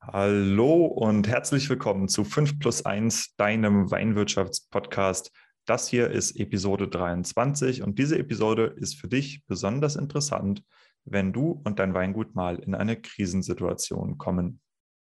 Hallo und herzlich willkommen zu 5 plus 1, deinem Weinwirtschaftspodcast. Das hier ist Episode 23 und diese Episode ist für dich besonders interessant, wenn du und dein Weingut mal in eine Krisensituation kommen.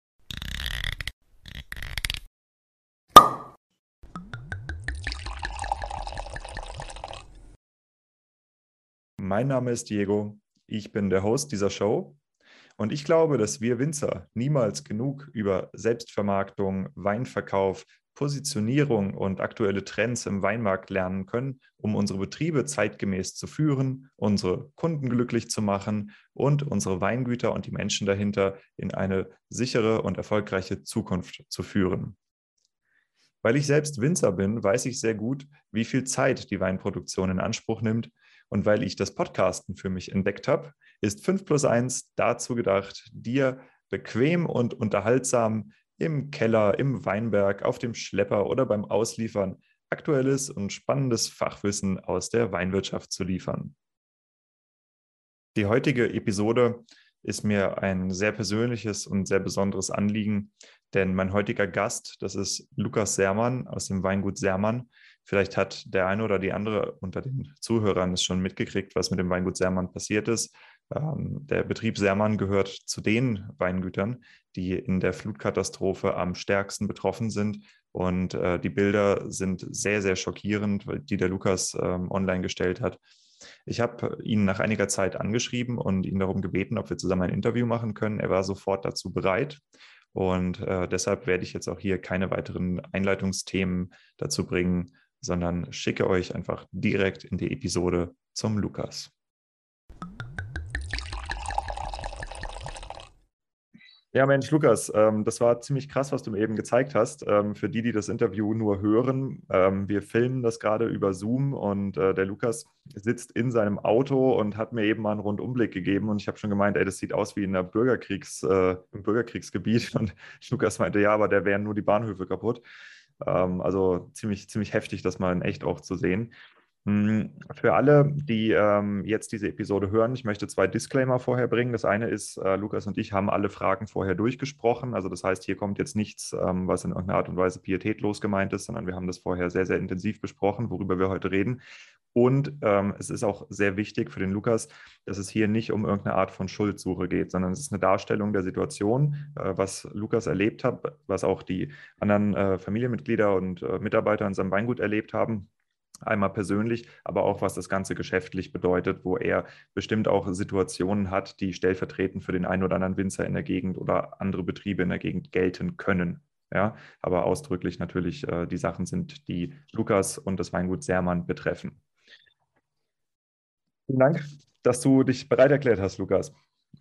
Mein Name ist Diego, ich bin der Host dieser Show. Und ich glaube, dass wir Winzer niemals genug über Selbstvermarktung, Weinverkauf, Positionierung und aktuelle Trends im Weinmarkt lernen können, um unsere Betriebe zeitgemäß zu führen, unsere Kunden glücklich zu machen und unsere Weingüter und die Menschen dahinter in eine sichere und erfolgreiche Zukunft zu führen. Weil ich selbst Winzer bin, weiß ich sehr gut, wie viel Zeit die Weinproduktion in Anspruch nimmt. Und weil ich das Podcasten für mich entdeckt habe, ist 5 plus 1 dazu gedacht, dir bequem und unterhaltsam im Keller, im Weinberg, auf dem Schlepper oder beim Ausliefern aktuelles und spannendes Fachwissen aus der Weinwirtschaft zu liefern. Die heutige Episode ist mir ein sehr persönliches und sehr besonderes Anliegen, denn mein heutiger Gast, das ist Lukas Sermann aus dem Weingut Sermann. Vielleicht hat der eine oder die andere unter den Zuhörern es schon mitgekriegt, was mit dem Weingut Sermann passiert ist. Der Betrieb Sermann gehört zu den Weingütern, die in der Flutkatastrophe am stärksten betroffen sind. Und die Bilder sind sehr, sehr schockierend, die der Lukas online gestellt hat. Ich habe ihn nach einiger Zeit angeschrieben und ihn darum gebeten, ob wir zusammen ein Interview machen können. Er war sofort dazu bereit. Und deshalb werde ich jetzt auch hier keine weiteren Einleitungsthemen dazu bringen, sondern schicke euch einfach direkt in die Episode zum Lukas. Ja, Mensch, Lukas, das war ziemlich krass, was du mir eben gezeigt hast. Für die das Interview nur hören, wir filmen das gerade über Zoom und der Lukas sitzt in seinem Auto und hat mir eben mal einen Rundumblick gegeben und ich habe schon gemeint, ey, das sieht aus wie in im Bürgerkriegsgebiet und Lukas meinte, ja, aber da wären nur die Bahnhöfe kaputt. Also ziemlich, ziemlich heftig, das mal in echt auch zu sehen. Für alle, die jetzt diese Episode hören, ich möchte zwei Disclaimer vorher bringen. Das eine ist, Lukas und ich haben alle Fragen vorher durchgesprochen. Also das heißt, hier kommt jetzt nichts, was in irgendeiner Art und Weise pietätlos gemeint ist, sondern wir haben das vorher sehr, sehr intensiv besprochen, worüber wir heute reden. Und es ist auch sehr wichtig für den Lukas, dass es hier nicht um irgendeine Art von Schuldsuche geht, sondern es ist eine Darstellung der Situation, was Lukas erlebt hat, was auch die anderen Familienmitglieder und Mitarbeiter in seinem Weingut erlebt haben. Einmal persönlich, aber auch was das Ganze geschäftlich bedeutet, wo er bestimmt auch Situationen hat, die stellvertretend für den einen oder anderen Winzer in der Gegend oder andere Betriebe in der Gegend gelten können. Ja, aber ausdrücklich natürlich die Sachen sind, die Lukas und das Weingut Sermann betreffen. Vielen Dank, dass du dich bereit erklärt hast, Lukas.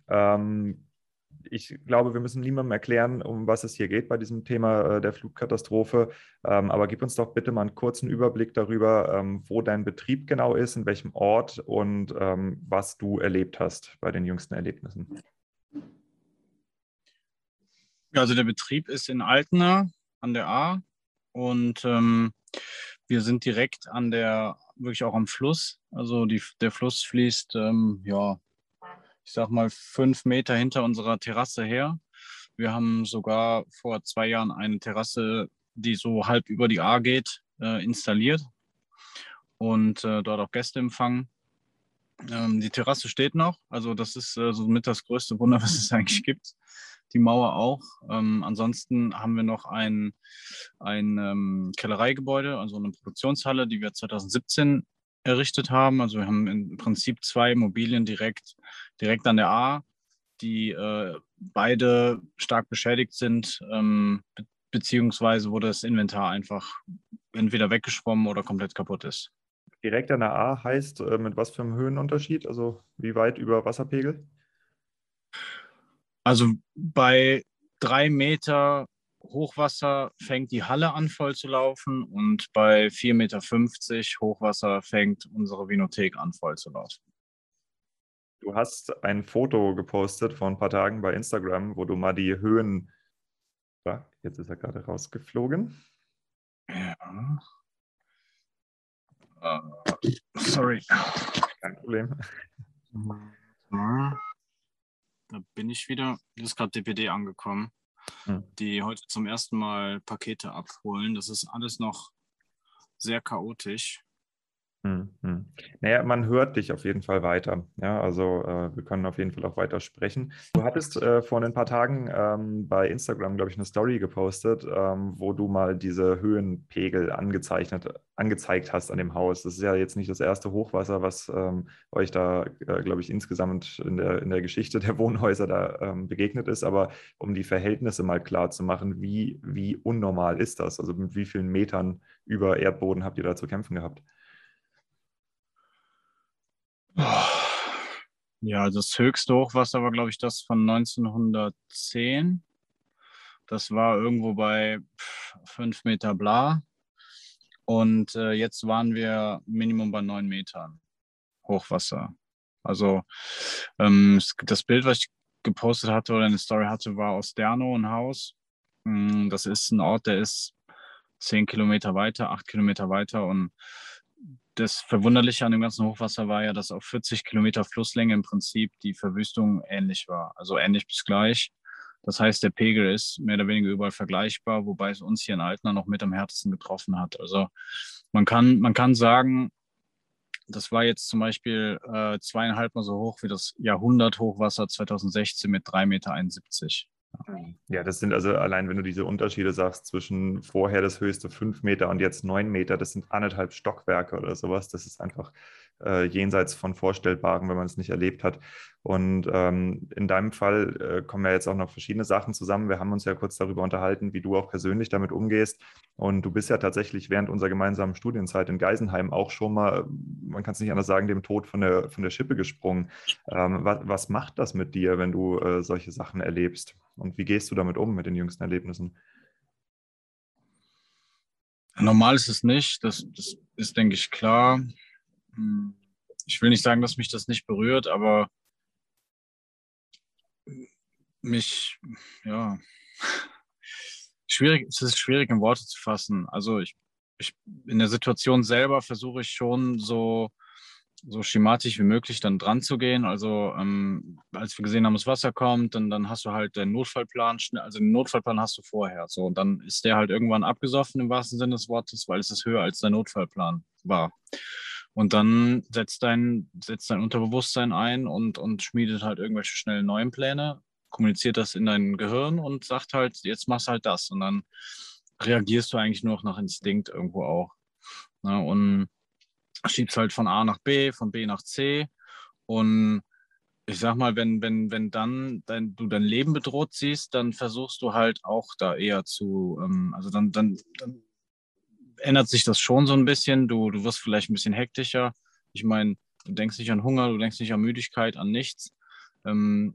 Ich glaube, wir müssen niemandem erklären, um was es hier geht bei diesem Thema der Flutkatastrophe. Aber gib uns doch bitte mal einen kurzen Überblick darüber, wo dein Betrieb genau ist, in welchem Ort und was du erlebt hast bei den jüngsten Erlebnissen. Ja, also der Betrieb ist in Altena an der A und wir sind direkt wirklich auch am Fluss. Also der Fluss fließt, ja, ich sag mal 5 Meter hinter unserer Terrasse her. Wir haben sogar vor 2 Jahren eine Terrasse, die so halb über die A geht, installiert und dort auch Gäste empfangen. Die Terrasse steht noch, also das ist somit das größte Wunder, was es eigentlich gibt. Die Mauer auch. Ansonsten haben wir noch ein Kellereigebäude, also eine Produktionshalle, die wir 2017 errichtet haben. Also wir haben im Prinzip 2 Immobilien direkt an der A, die beide stark beschädigt sind, beziehungsweise wo das Inventar einfach entweder weggeschwommen oder komplett kaputt ist. Direkt an der A heißt, mit was für einem Höhenunterschied? Also wie weit über Wasserpegel? Also bei 3 Meter Hochwasser fängt die Halle an voll zu laufen und bei 4,50 Meter Hochwasser fängt unsere Vinothek an voll zu laufen. Du hast ein Foto gepostet vor ein paar Tagen bei Instagram, wo du mal die Höhen. Ja, jetzt ist er gerade rausgeflogen. Ja. Sorry. Kein Problem. Da bin ich wieder. Ist gerade DPD angekommen. die heute zum ersten Mal Pakete abholen. Das ist alles noch sehr chaotisch. Naja, man hört dich auf jeden Fall weiter. Ja, also wir können auf jeden Fall auch weiter sprechen. Du hattest vor ein paar Tagen bei Instagram, glaube ich, eine Story gepostet, wo du mal diese Höhenpegel angezeigt hast an dem Haus. Das ist ja jetzt nicht das erste Hochwasser, was euch da, glaube ich, insgesamt in der Geschichte der Wohnhäuser da begegnet ist. Aber um die Verhältnisse mal klar zu machen, wie unnormal ist das? Also mit wie vielen Metern über Erdboden habt ihr da zu kämpfen gehabt? Ja, das höchste Hochwasser war, glaube ich, das von 1910. Das war irgendwo bei 5 Meter bla. Und jetzt waren wir Minimum bei 9 Metern Hochwasser. Also das Bild, was ich gepostet hatte oder eine Story hatte, war aus Dernow, ein Haus. Das ist ein Ort, der ist 10 Kilometer weiter, 8 Kilometer weiter. Und das Verwunderliche an dem ganzen Hochwasser war ja, dass auf 40 Kilometer Flusslänge im Prinzip die Verwüstung ähnlich war. Also ähnlich bis gleich. Das heißt, der Pegel ist mehr oder weniger überall vergleichbar, wobei es uns hier in Altena noch mit am härtesten getroffen hat. Also man kann sagen, das war jetzt zum Beispiel 2,5 Mal so hoch wie das Jahrhunderthochwasser 2016 mit 3,71 Meter. Ja, das sind also allein, wenn du diese Unterschiede sagst zwischen vorher das höchste 5 Meter und jetzt 9 Meter, das sind 1,5 Stockwerke oder sowas. Das ist einfach jenseits von Vorstellbarem, wenn man es nicht erlebt hat. Und in deinem Fall kommen ja jetzt auch noch verschiedene Sachen zusammen. Wir haben uns ja kurz darüber unterhalten, wie du auch persönlich damit umgehst. Und du bist ja tatsächlich während unserer gemeinsamen Studienzeit in Geisenheim auch schon mal, man kann es nicht anders sagen, dem Tod von der Schippe gesprungen. Was macht das mit dir, wenn du solche Sachen erlebst? Und wie gehst du damit um, mit den jüngsten Erlebnissen? Normal ist es nicht, das ist, denke ich, klar. Ich will nicht sagen, dass mich das nicht berührt, aber mich, ja, es ist schwierig in Worte zu fassen. Also in der Situation selber versuche ich schon so schematisch wie möglich dann dran zu gehen. Also als wir gesehen haben, das Wasser kommt, dann hast du halt den Notfallplan, also den Notfallplan hast du vorher. So, und dann ist der halt irgendwann abgesoffen im wahrsten Sinne des Wortes, weil es ist höher als der Notfallplan war. Und dann setzt dein Unterbewusstsein ein und schmiedet halt irgendwelche schnellen neuen Pläne, kommuniziert das in dein Gehirn und sagt halt, jetzt machst du halt das. Und dann reagierst du eigentlich nur noch nach Instinkt irgendwo auch. Ne? Und schiebst halt von A nach B, von B nach C. Und ich sag mal, wenn dann du dein Leben bedroht siehst, dann versuchst du halt auch da eher also dann ändert sich das schon so ein bisschen. Du wirst vielleicht ein bisschen hektischer. Ich meine, du denkst nicht an Hunger, du denkst nicht an Müdigkeit, an nichts. Ähm,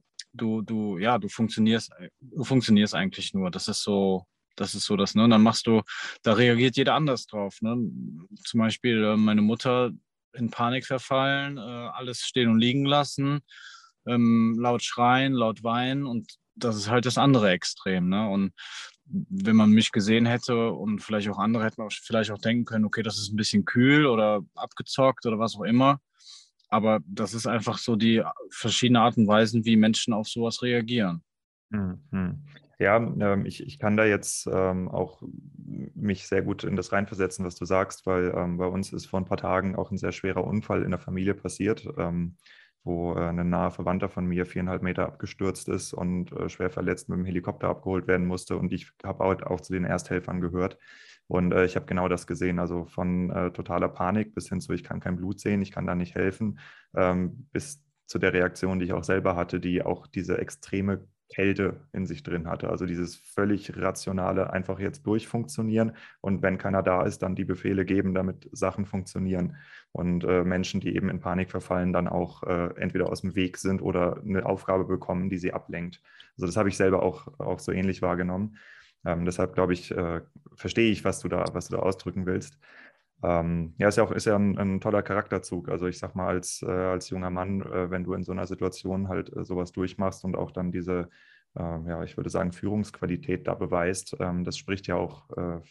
du funktionierst eigentlich nur. Das ist so das, ne? Und dann da reagiert jeder anders drauf, ne? Zum Beispiel meine Mutter in Panik verfallen, alles stehen und liegen lassen, laut schreien, laut weinen und das ist halt das andere Extrem, ne? Und wenn man mich gesehen hätte und vielleicht auch andere, hätten wir vielleicht auch denken können, okay, das ist ein bisschen kühl oder abgezockt oder was auch immer. Aber das ist einfach so die verschiedene Art und Weisen, wie Menschen auf sowas reagieren. Mhm. Ja, ich kann da jetzt auch mich sehr gut in das reinversetzen, was du sagst, weil bei uns ist vor ein paar Tagen auch ein sehr schwerer Unfall in der Familie passiert, wo ein naher Verwandter von mir 4,5 Meter abgestürzt ist und schwer verletzt mit dem Helikopter abgeholt werden musste. Und ich habe auch zu den Ersthelfern gehört. Und ich habe genau das gesehen, also von totaler Panik bis hin zu, ich kann kein Blut sehen, ich kann da nicht helfen, bis zu der Reaktion, die ich auch selber hatte, die auch diese extreme Kälte in sich drin hatte. Also dieses völlig rationale, einfach jetzt durchfunktionieren und wenn keiner da ist, dann die Befehle geben, damit Sachen funktionieren. Und Menschen, die eben in Panik verfallen, dann auch entweder aus dem Weg sind oder eine Aufgabe bekommen, die sie ablenkt. Also das habe ich selber auch so ähnlich wahrgenommen. Deshalb glaube ich, verstehe ich, was du da ausdrücken willst. Ja, ist ja ein toller Charakterzug. Also ich sag mal, als junger Mann, wenn du in so einer Situation halt sowas durchmachst und auch dann diese, ja, ich würde sagen, Führungsqualität da beweist, das spricht ja auch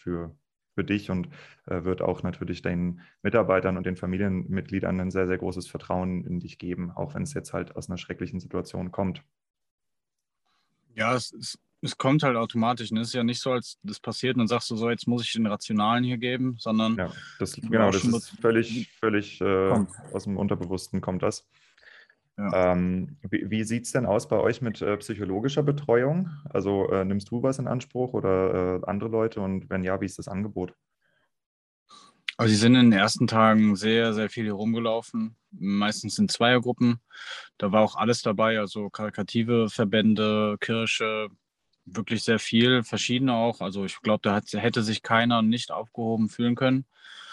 für dich und wird auch natürlich deinen Mitarbeitern und den Familienmitgliedern ein sehr, sehr großes Vertrauen in dich geben, auch wenn es jetzt halt aus einer schrecklichen Situation kommt. Ja, es ist es kommt halt automatisch. Ne? Es ist ja nicht so, als das passiert und dann sagst du so, jetzt muss ich den Rationalen hier geben, sondern Ja, wie du genau, auch das schon ist völlig kommt. aus dem Unterbewussten kommt das. Ja. Wie sieht es denn aus bei euch mit psychologischer Betreuung? Also nimmst du was in Anspruch oder andere Leute? Und wenn ja, wie ist das Angebot? Also sie sind in den ersten Tagen sehr, sehr viel hier rumgelaufen, meistens in Zweiergruppen. Da war auch alles dabei, also karitative Verbände, Kirche, wirklich sehr viel, verschiedene auch. Also ich glaube, hätte sich keiner nicht aufgehoben fühlen können.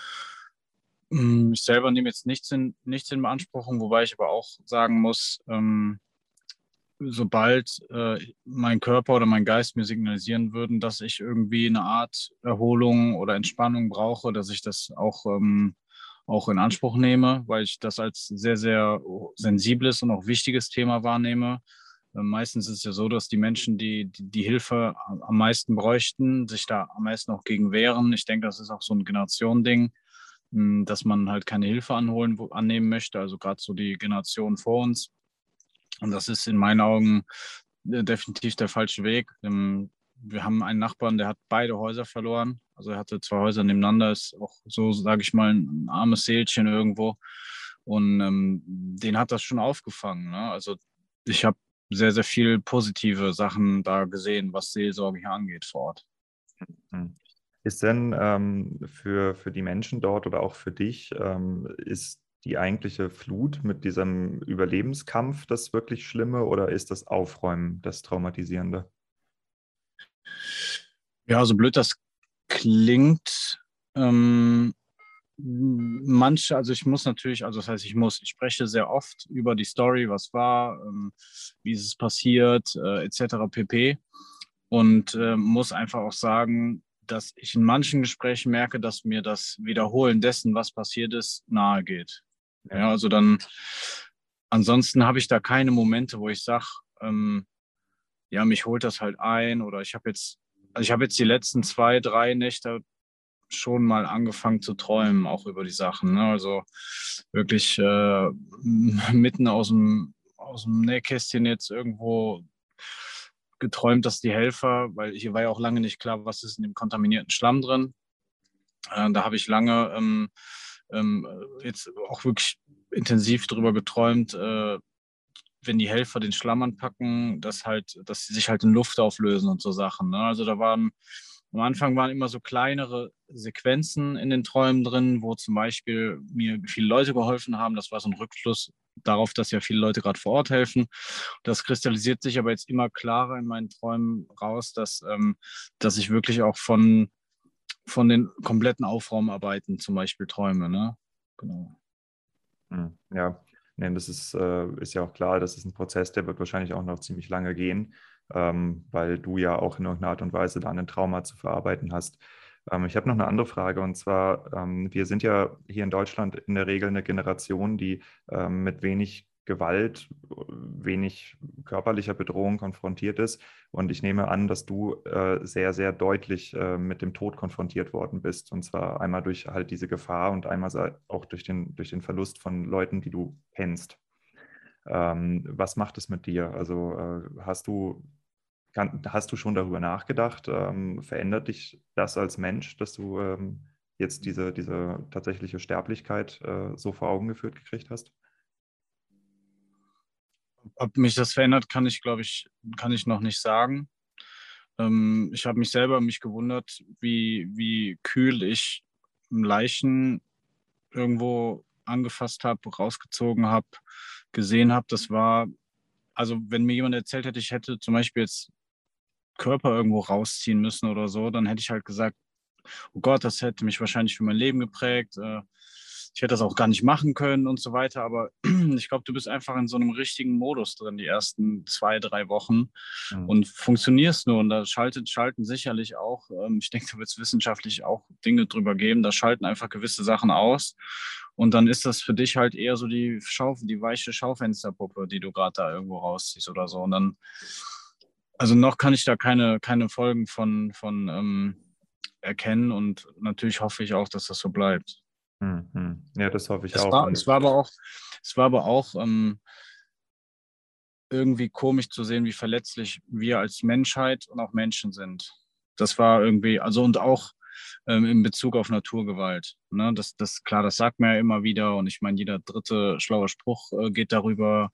Ich selber nehme jetzt nichts in Beanspruchung, wobei ich aber auch sagen muss, sobald mein Körper oder mein Geist mir signalisieren würden, dass ich irgendwie eine Art Erholung oder Entspannung brauche, dass ich das auch in Anspruch nehme, weil ich das als sehr, sehr sensibles und auch wichtiges Thema wahrnehme. Meistens ist es ja so, dass die Menschen, die Hilfe am meisten bräuchten, sich da am meisten auch gegen wehren. Ich denke, das ist auch so ein Generationending, dass man halt keine Hilfe annehmen möchte, also gerade so die Generation vor uns. Und das ist in meinen Augen definitiv der falsche Weg. Wir haben einen Nachbarn, der hat beide Häuser verloren. Also er hatte zwei Häuser nebeneinander, ist auch so, sage ich mal, ein armes Seelchen irgendwo. Und den hat das schon aufgefangen. Ne? Also ich habe sehr, sehr viel positive Sachen da gesehen, was Seelsorge hier angeht vor Ort. Hm. Ist denn für die Menschen dort oder auch für dich, ist die eigentliche Flut mit diesem Überlebenskampf das wirklich Schlimme oder ist das Aufräumen das Traumatisierende? Ja, so blöd das klingt, manche, also ich muss natürlich, also das heißt, ich spreche sehr oft über die Story, was war, wie ist es passiert, etc. pp. Und muss einfach auch sagen, dass ich in manchen Gesprächen merke, dass mir das Wiederholen dessen, was passiert ist, nahe geht. Ja. Ja, also dann, ansonsten habe ich da keine Momente, wo ich sage, ja, mich holt das halt ein oder ich habe jetzt die letzten zwei, drei Nächte schon mal angefangen zu träumen, auch über die Sachen. Ne? Also wirklich mitten aus dem Nähkästchen jetzt irgendwo geträumt, dass die Helfer, weil hier war ja auch lange nicht klar, was ist in dem kontaminierten Schlamm drin. Da habe ich lange jetzt auch wirklich intensiv drüber geträumt, wenn die Helfer den Schlamm anpacken, dass sie sich halt in Luft auflösen und so Sachen. Ne? Also am Anfang waren immer so kleinere Sequenzen in den Träumen drin, wo zum Beispiel mir viele Leute geholfen haben. Das war so ein Rückschluss darauf, dass ja viele Leute gerade vor Ort helfen. Das kristallisiert sich aber jetzt immer klarer in meinen Träumen raus, dass ich wirklich auch von den kompletten Aufraumarbeiten zum Beispiel träume. Ne? Genau. Ja, nee, das ist ja auch klar, das ist ein Prozess, der wird wahrscheinlich auch noch ziemlich lange gehen, weil du ja auch in irgendeiner Art und Weise da ein Trauma zu verarbeiten hast. Ich habe noch eine andere Frage und zwar, wir sind ja hier in Deutschland in der Regel eine Generation, die mit wenig Gewalt, wenig körperlicher Bedrohung konfrontiert ist. Und ich nehme an, dass du sehr, sehr deutlich mit dem Tod konfrontiert worden bist. Und zwar einmal durch halt diese Gefahr und einmal auch durch den Verlust von Leuten, die du kennst. Was macht es mit dir? Also hast du schon darüber nachgedacht? Verändert dich das als Mensch, dass du jetzt diese tatsächliche Sterblichkeit so vor Augen geführt gekriegt hast? Ob mich das verändert, kann ich noch nicht sagen. Ich habe mich gewundert, wie kühl ich Leichen irgendwo angefasst habe, rausgezogen habe, gesehen habe. Also wenn mir jemand erzählt hätte, ich hätte zum Beispiel jetzt Körper irgendwo rausziehen müssen oder so, dann hätte ich halt gesagt, oh Gott, das hätte mich wahrscheinlich für mein Leben geprägt. Ich hätte das auch gar nicht machen können und so weiter. Aber ich glaube, du bist einfach in so einem richtigen Modus drin, die ersten zwei, drei Wochen Mhm. und funktionierst nur. Und da schalten sicherlich auch, ich denke, da wird es wissenschaftlich auch Dinge drüber geben, da schalten einfach gewisse Sachen aus. Und dann ist das für dich halt eher so die weiche Schaufensterpuppe, die du gerade da irgendwo rausziehst oder so. Und dann, also noch kann ich da keine Folgen von erkennen und natürlich hoffe ich auch, dass das so bleibt. Mhm. Ja, das hoffe ich auch. Es war aber auch irgendwie komisch zu sehen, wie verletzlich wir als Menschheit und auch Menschen sind. Das war irgendwie, also und auch in Bezug auf Naturgewalt. Ne? Klar, das sagt man ja immer wieder und ich meine, jeder dritte schlaue Spruch geht darüber,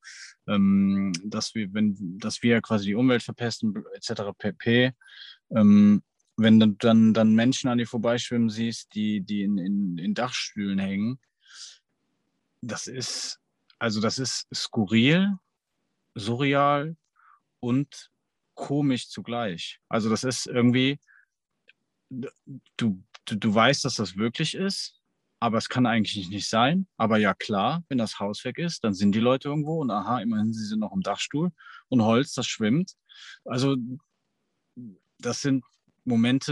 dass wir quasi die Umwelt verpesten, etc. pp. Wenn du dann Menschen an dir vorbeischwimmen siehst, die in Dachstühlen hängen, das ist, das ist skurril, surreal und komisch zugleich. Also das ist irgendwie, du weißt, dass das wirklich ist, aber es kann eigentlich nicht sein. Aber ja klar, wenn das Haus weg ist, dann sind die Leute irgendwo und aha, immerhin, sie sind noch im Dachstuhl und Holz, das schwimmt. Also das sind Momente,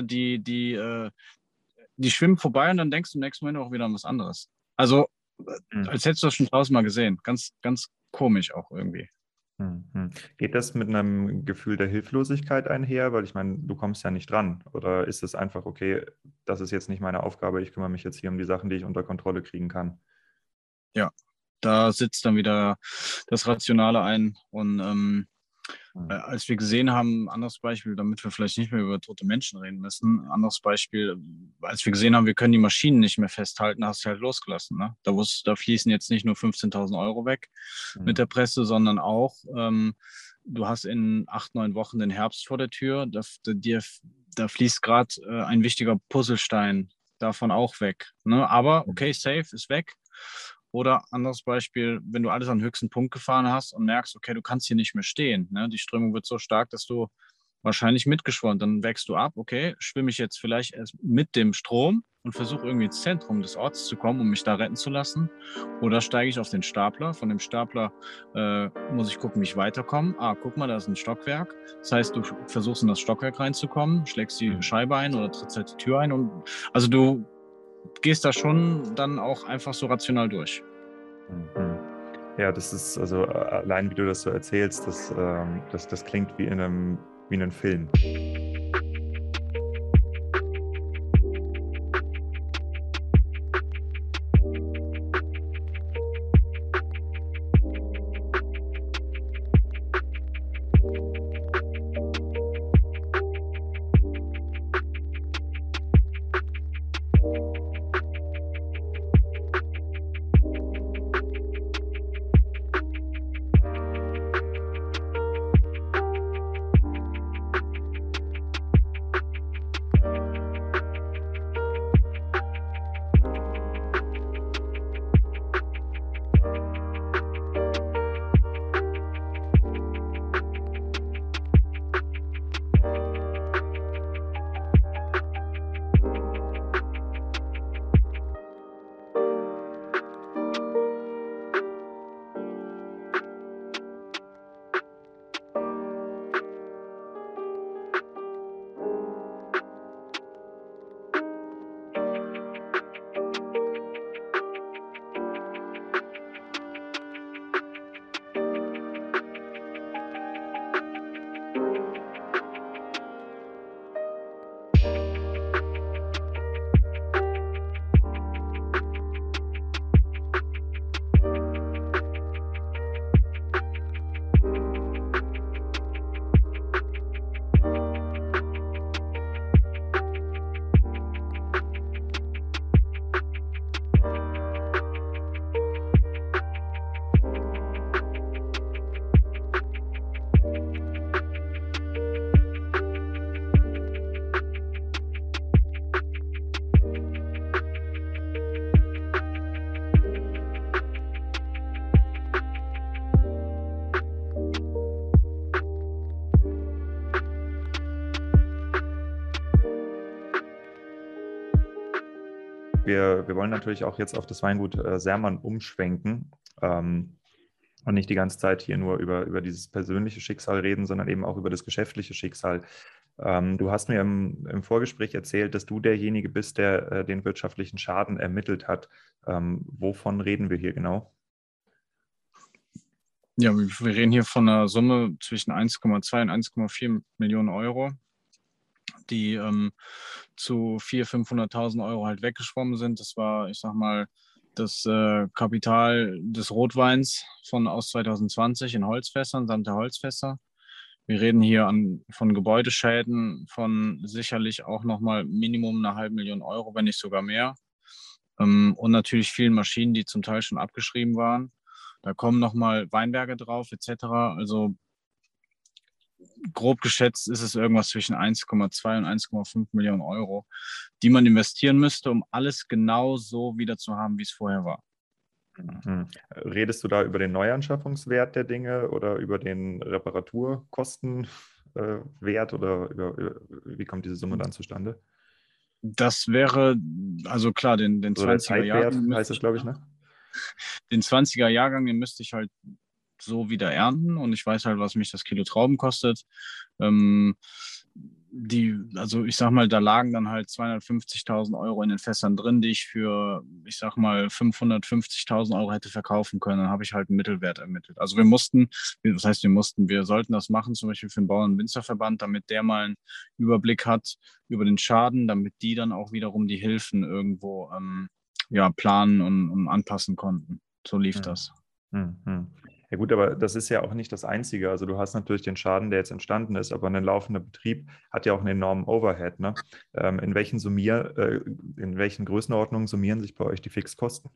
die schwimmen vorbei und dann denkst du im nächsten Moment auch wieder an was anderes. Also als hättest du das schon draußen mal gesehen. Ganz, ganz komisch auch irgendwie. Geht das mit einem Gefühl der Hilflosigkeit einher? Weil ich meine, du kommst ja nicht dran. Oder ist es einfach, okay, das ist jetzt nicht meine Aufgabe, ich kümmere mich jetzt hier um die Sachen, die ich unter Kontrolle kriegen kann? Ja, da sitzt dann wieder das Rationale ein. Und als wir gesehen haben, anderes Beispiel, damit wir vielleicht nicht mehr über tote Menschen reden müssen, anderes Beispiel, als wir gesehen haben, wir können die Maschinen nicht mehr festhalten, hast du halt losgelassen. Ne? Da fließen jetzt nicht nur 15.000 Euro weg mit der Presse, sondern auch, du hast in 8, 9 Wochen den Herbst vor der Tür, da fließt gerade ein wichtiger Puzzlestein davon auch weg. Ne? Aber okay, safe ist weg. Oder anderes Beispiel, wenn du alles an den höchsten Punkt gefahren hast und merkst, okay, du kannst hier nicht mehr stehen. Ne? Die Strömung wird so stark, dass du wahrscheinlich mitgeschwommen. Dann wächst du ab, okay, schwimme ich jetzt vielleicht erst mit dem Strom und versuche irgendwie ins Zentrum des Orts zu kommen, um mich da retten zu lassen. Oder steige ich auf den Stapler. Von dem Stapler muss ich gucken, wie ich weiterkomme. Ah, guck mal, da ist ein Stockwerk. Das heißt, du versuchst in das Stockwerk reinzukommen, schlägst die Scheibe ein oder trittst halt die Tür ein. Und also du gehst da schon dann auch einfach so rational durch. Ja, das ist also allein, wie du das so erzählst, das klingt wie in einem Film. Wir wollen natürlich auch jetzt auf das Weingut Sermann umschwenken und nicht die ganze Zeit hier nur über dieses persönliche Schicksal reden, sondern eben auch über das geschäftliche Schicksal. Du hast mir im Vorgespräch erzählt, dass du derjenige bist, der den wirtschaftlichen Schaden ermittelt hat. Wovon reden wir hier genau? Ja, wir reden hier von einer Summe zwischen 1,2 und 1,4 Millionen Euro, die zu 400.000, 500.000 Euro halt weggeschwommen sind. Das war, ich sag mal, das Kapital des Rotweins aus 2020 in Holzfässern, samt der Holzfässer. Wir reden hier von Gebäudeschäden von sicherlich auch nochmal Minimum 500.000 Euro, wenn nicht sogar mehr. Und natürlich vielen Maschinen, die zum Teil schon abgeschrieben waren. Da kommen nochmal Weinberge drauf, etc. Also grob geschätzt ist es irgendwas zwischen 1,2 und 1,5 Millionen Euro, die man investieren müsste, um alles genau so wieder zu haben, wie es vorher war. Redest du da über den Neuanschaffungswert der Dinge oder über den Reparaturkostenwert oder wie kommt diese Summe dann zustande? Das wäre, also klar, den Oder der 20er Zeitwert Jahrgang heißt das, glaube ich, ne? Den 20er Jahrgang, den müsste ich halt so wieder ernten und ich weiß halt, was mich das Kilo Trauben kostet. Also ich sag mal, da lagen dann halt 250.000 Euro in den Fässern drin, die ich für, ich sag mal, 550.000 Euro hätte verkaufen können. Dann habe ich halt einen Mittelwert ermittelt. Also wir sollten das machen, zum Beispiel für den Bauern- und Winzerverband, damit der mal einen Überblick hat über den Schaden, damit die dann auch wiederum die Hilfen irgendwo planen und anpassen konnten. So lief Hm. das. Ja gut, aber das ist ja auch nicht das Einzige. Also du hast natürlich den Schaden, der jetzt entstanden ist, aber ein laufender Betrieb hat ja auch einen enormen Overhead. Ne? In welchen Größenordnungen summieren sich bei euch die Fixkosten?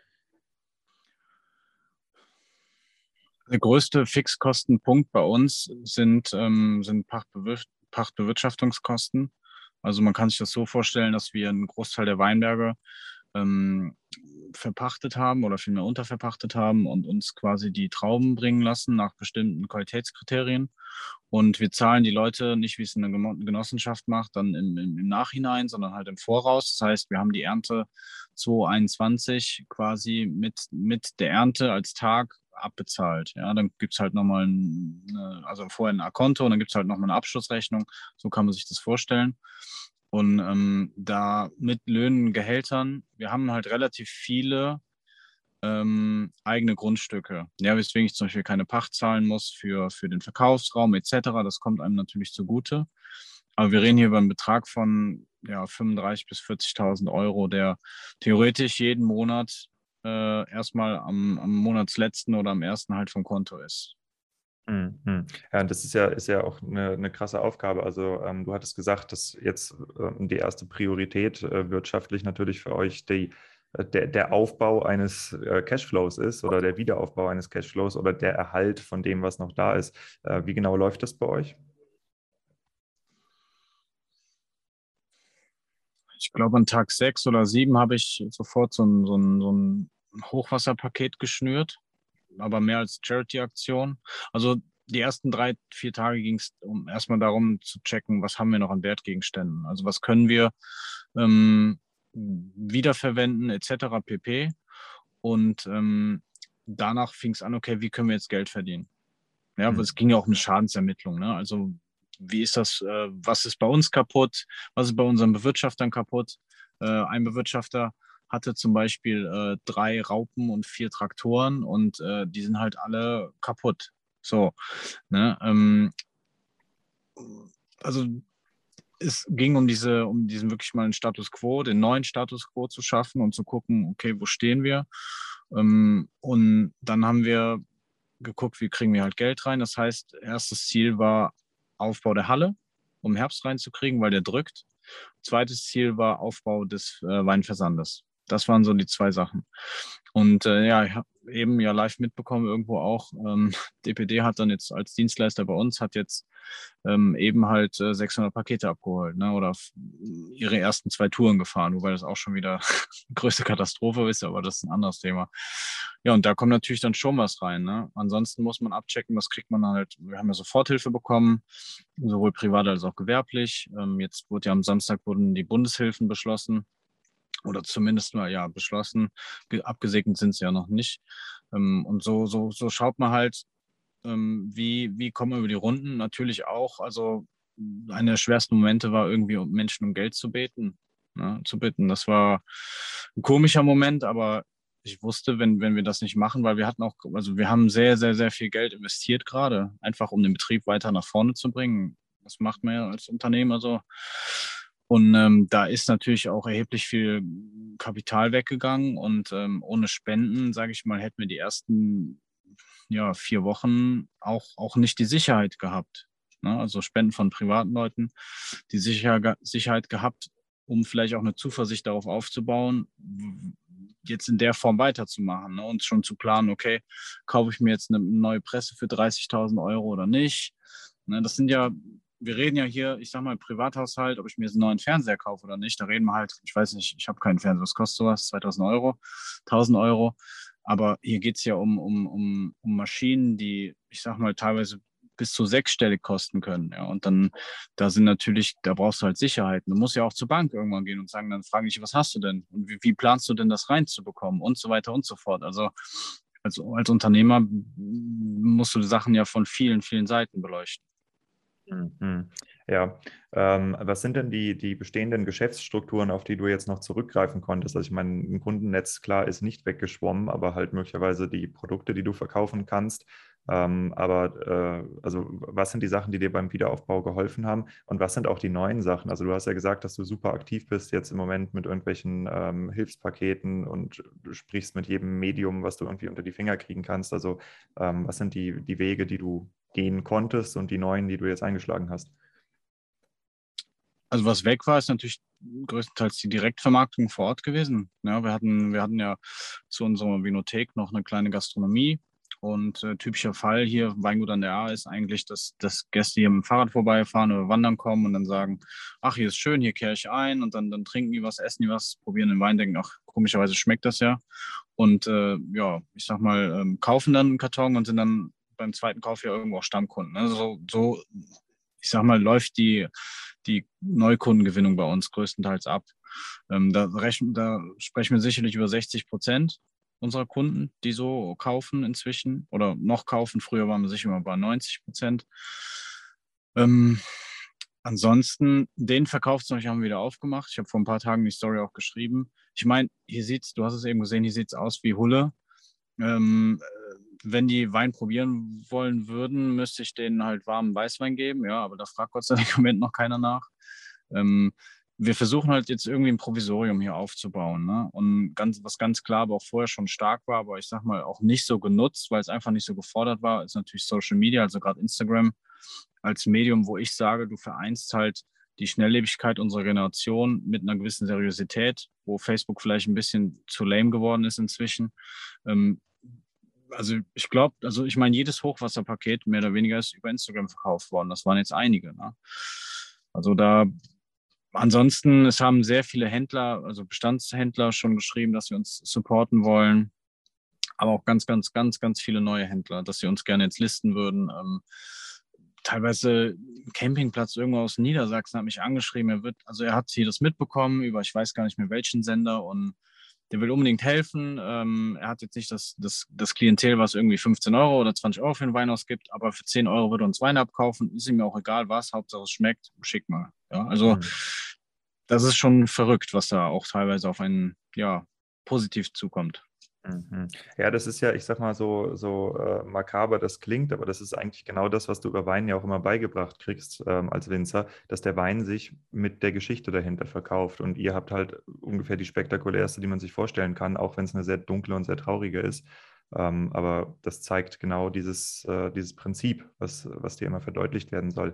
Der größte Fixkostenpunkt bei uns sind Pachtbewirtschaftungskosten. Also man kann sich das so vorstellen, dass wir einen Großteil der Weinberge ähm, verpachtet haben oder vielmehr unterverpachtet haben und uns quasi die Trauben bringen lassen nach bestimmten Qualitätskriterien. Und wir zahlen die Leute nicht, wie es eine Genossenschaft macht, dann im Nachhinein, sondern halt im Voraus. Das heißt, wir haben die Ernte 2021 quasi mit der Ernte als Tag abbezahlt. Ja, dann gibt es halt nochmal also vorher ein Akonto und dann gibt es halt nochmal eine Abschlussrechnung. So kann man sich das vorstellen. Und da mit Löhnen, Gehältern, wir haben halt relativ viele eigene Grundstücke. Ja, weswegen ich zum Beispiel keine Pacht zahlen muss für den Verkaufsraum etc. Das kommt einem natürlich zugute. Aber wir reden hier über einen Betrag von 35.000 bis 40.000 Euro, der theoretisch jeden Monat erstmal am Monatsletzten oder am ersten halt vom Konto ist. Ja, das ist ja auch eine krasse Aufgabe. Also du hattest gesagt, dass jetzt die erste Priorität wirtschaftlich natürlich für euch der Aufbau eines Cashflows ist oder der Wiederaufbau eines Cashflows oder der Erhalt von dem, was noch da ist. Wie genau läuft das bei euch? Ich glaube, an Tag 6 oder 7 habe ich sofort so ein Hochwasserpaket geschnürt, aber mehr als Charity-Aktion. Also die ersten 3, 4 Tage ging es erstmal darum zu checken, was haben wir noch an Wertgegenständen. Also was können wir wiederverwenden etc. pp. Und danach fing es an, okay, wie können wir jetzt Geld verdienen? Ja, aber Hm. es ging ja auch um Schadensvermittlung. Ne? Also wie ist das, was ist bei uns kaputt, was ist bei unseren Bewirtschaftern kaputt? Ein Bewirtschafter hatte zum Beispiel 3 Raupen und 4 Traktoren und die sind halt alle kaputt. So, ne? Also es ging um diesen wirklich mal einen Status quo, den neuen Status quo zu schaffen und zu gucken, okay, wo stehen wir? Und dann haben wir geguckt, wie kriegen wir halt Geld rein. Das heißt, erstes Ziel war Aufbau der Halle, um Herbst reinzukriegen, weil der drückt. Zweites Ziel war Aufbau des Weinversandes. Das waren so die 2 Sachen. Und ich habe eben ja live mitbekommen, irgendwo auch, DPD hat dann jetzt als Dienstleister bei uns, hat jetzt eben halt 600 Pakete abgeholt, ne? Oder ihre ersten 2 Touren gefahren, wobei das auch schon wieder eine größte Katastrophe ist, aber das ist ein anderes Thema. Ja, und da kommt natürlich dann schon was rein. Ne? Ansonsten muss man abchecken, was kriegt man halt. Wir haben ja Soforthilfe bekommen, sowohl privat als auch gewerblich. Jetzt wurde ja am Samstag wurden die Bundeshilfen beschlossen oder zumindest mal ja beschlossen. Abgesegnet sind sie ja noch nicht. Und so schaut man halt, wie kommen wir über die Runden. Natürlich auch, also einer der schwersten Momente war irgendwie, um Menschen um Geld zu beten. Ne, zu bitten. Das war ein komischer Moment, aber ich wusste, wenn wir das nicht machen, weil wir haben sehr, sehr, sehr viel Geld investiert gerade, einfach um den Betrieb weiter nach vorne zu bringen. Das macht man ja als Unternehmer so. Und da ist natürlich auch erheblich viel Kapital weggegangen und ohne Spenden, sage ich mal, hätten wir die ersten 4 Wochen auch nicht die Sicherheit gehabt. Ne? Also Spenden von privaten Leuten, die Sicherheit gehabt, um vielleicht auch eine Zuversicht darauf aufzubauen, jetzt in der Form weiterzumachen, ne? Und schon zu planen, okay, kaufe ich mir jetzt eine neue Presse für 30.000 Euro oder nicht? Ne? Das sind ja, wir reden ja hier, ich sag mal, Privathaushalt, ob ich mir jetzt einen neuen Fernseher kaufe oder nicht. Da reden wir halt, ich weiß nicht, ich habe keinen Fernseher, was kostet sowas? 2.000 Euro, 1.000 Euro. Aber hier geht es ja um Maschinen, die, ich sag mal, teilweise bis zu sechsstellig kosten können. Ja. Und dann, da sind natürlich, da brauchst du halt Sicherheiten. Du musst ja auch zur Bank irgendwann gehen und sagen, dann frage ich, was hast du denn? Und wie planst du denn das reinzubekommen? Und so weiter und so fort. Also als Unternehmer musst du die Sachen ja von vielen, vielen Seiten beleuchten. Mhm. Ja, was sind denn die bestehenden Geschäftsstrukturen, auf die du jetzt noch zurückgreifen konntest? Also ich meine, ein Kundennetz, klar, ist nicht weggeschwommen, aber halt möglicherweise die Produkte, die du verkaufen kannst. Also was sind die Sachen, die dir beim Wiederaufbau geholfen haben? Und was sind auch die neuen Sachen? Also du hast ja gesagt, dass du super aktiv bist jetzt im Moment mit irgendwelchen Hilfspaketen und du sprichst mit jedem Medium, was du irgendwie unter die Finger kriegen kannst. Also was sind die Wege, die du gehen konntest und die neuen, die du jetzt eingeschlagen hast? Also was weg war, ist natürlich größtenteils die Direktvermarktung vor Ort gewesen. Ja, wir hatten ja zu unserer Vinothek noch eine kleine Gastronomie. Und typischer Fall hier, Weingut an der A, ist eigentlich, dass Gäste hier mit dem Fahrrad vorbeifahren oder wandern kommen und dann sagen, ach, hier ist schön, hier kehre ich ein und dann trinken die was, essen die was, probieren den Wein, denken, ach, komischerweise schmeckt das ja. Und ich sag mal, kaufen dann einen Karton und sind dann beim zweiten Kauf ja irgendwo auch Stammkunden. Also so, ich sag mal, läuft die Neukundengewinnung bei uns größtenteils ab. Da sprechen wir sicherlich über 60% unserer Kunden, die so kaufen inzwischen oder noch kaufen. Früher waren wir sicher immer bei 90%. Ähm, Ansonsten, den Verkaufszeug haben wir wieder aufgemacht. Ich habe vor ein paar Tagen die Story auch geschrieben. Ich meine, du hast es eben gesehen, hier sieht es aus wie Hulle. Ähm, Wenn die Wein probieren wollen würden, müsste ich denen halt warmen Weißwein geben. Ja, aber da fragt Gott sei Dank im Moment noch keiner nach. Ähm, Wir versuchen halt jetzt irgendwie ein Provisorium hier aufzubauen. Ne? Und was ganz klar, aber auch vorher schon stark war, aber ich sag mal auch nicht so genutzt, weil es einfach nicht so gefordert war, ist natürlich Social Media, also gerade Instagram als Medium, wo ich sage, du vereinst halt die Schnelllebigkeit unserer Generation mit einer gewissen Seriosität, wo Facebook vielleicht ein bisschen zu lame geworden ist inzwischen. Ähm, also ich glaube, also ich meine, jedes Hochwasserpaket mehr oder weniger ist über Instagram verkauft worden. Das waren jetzt einige. Ne? Also ansonsten, es haben sehr viele Händler, also Bestandshändler schon geschrieben, dass sie uns supporten wollen, aber auch ganz, ganz, ganz, ganz viele neue Händler, dass sie uns gerne jetzt listen würden. Teilweise ein Campingplatz irgendwo aus Niedersachsen hat mich angeschrieben. Er hat hier das mitbekommen über, ich weiß gar nicht mehr welchen Sender und der will unbedingt helfen. Er hat jetzt nicht das Klientel, was irgendwie 15 Euro oder 20 Euro für einen Wein ausgibt, aber für 10 Euro würde er uns Wein abkaufen. Ist ihm auch egal was, Hauptsache es schmeckt, schick mal. Ja, also Mhm. das ist schon verrückt, was da auch teilweise auf einen, ja, positiv zukommt. Mhm. Ja, das ist ja, ich sag mal, so makaber das klingt, aber das ist eigentlich genau das, was du über Wein ja auch immer beigebracht kriegst als Winzer, dass der Wein sich mit der Geschichte dahinter verkauft. Und ihr habt halt ungefähr die spektakulärste, die man sich vorstellen kann, auch wenn es eine sehr dunkle und sehr traurige ist. Aber das zeigt genau dieses Prinzip, was dir immer verdeutlicht werden soll.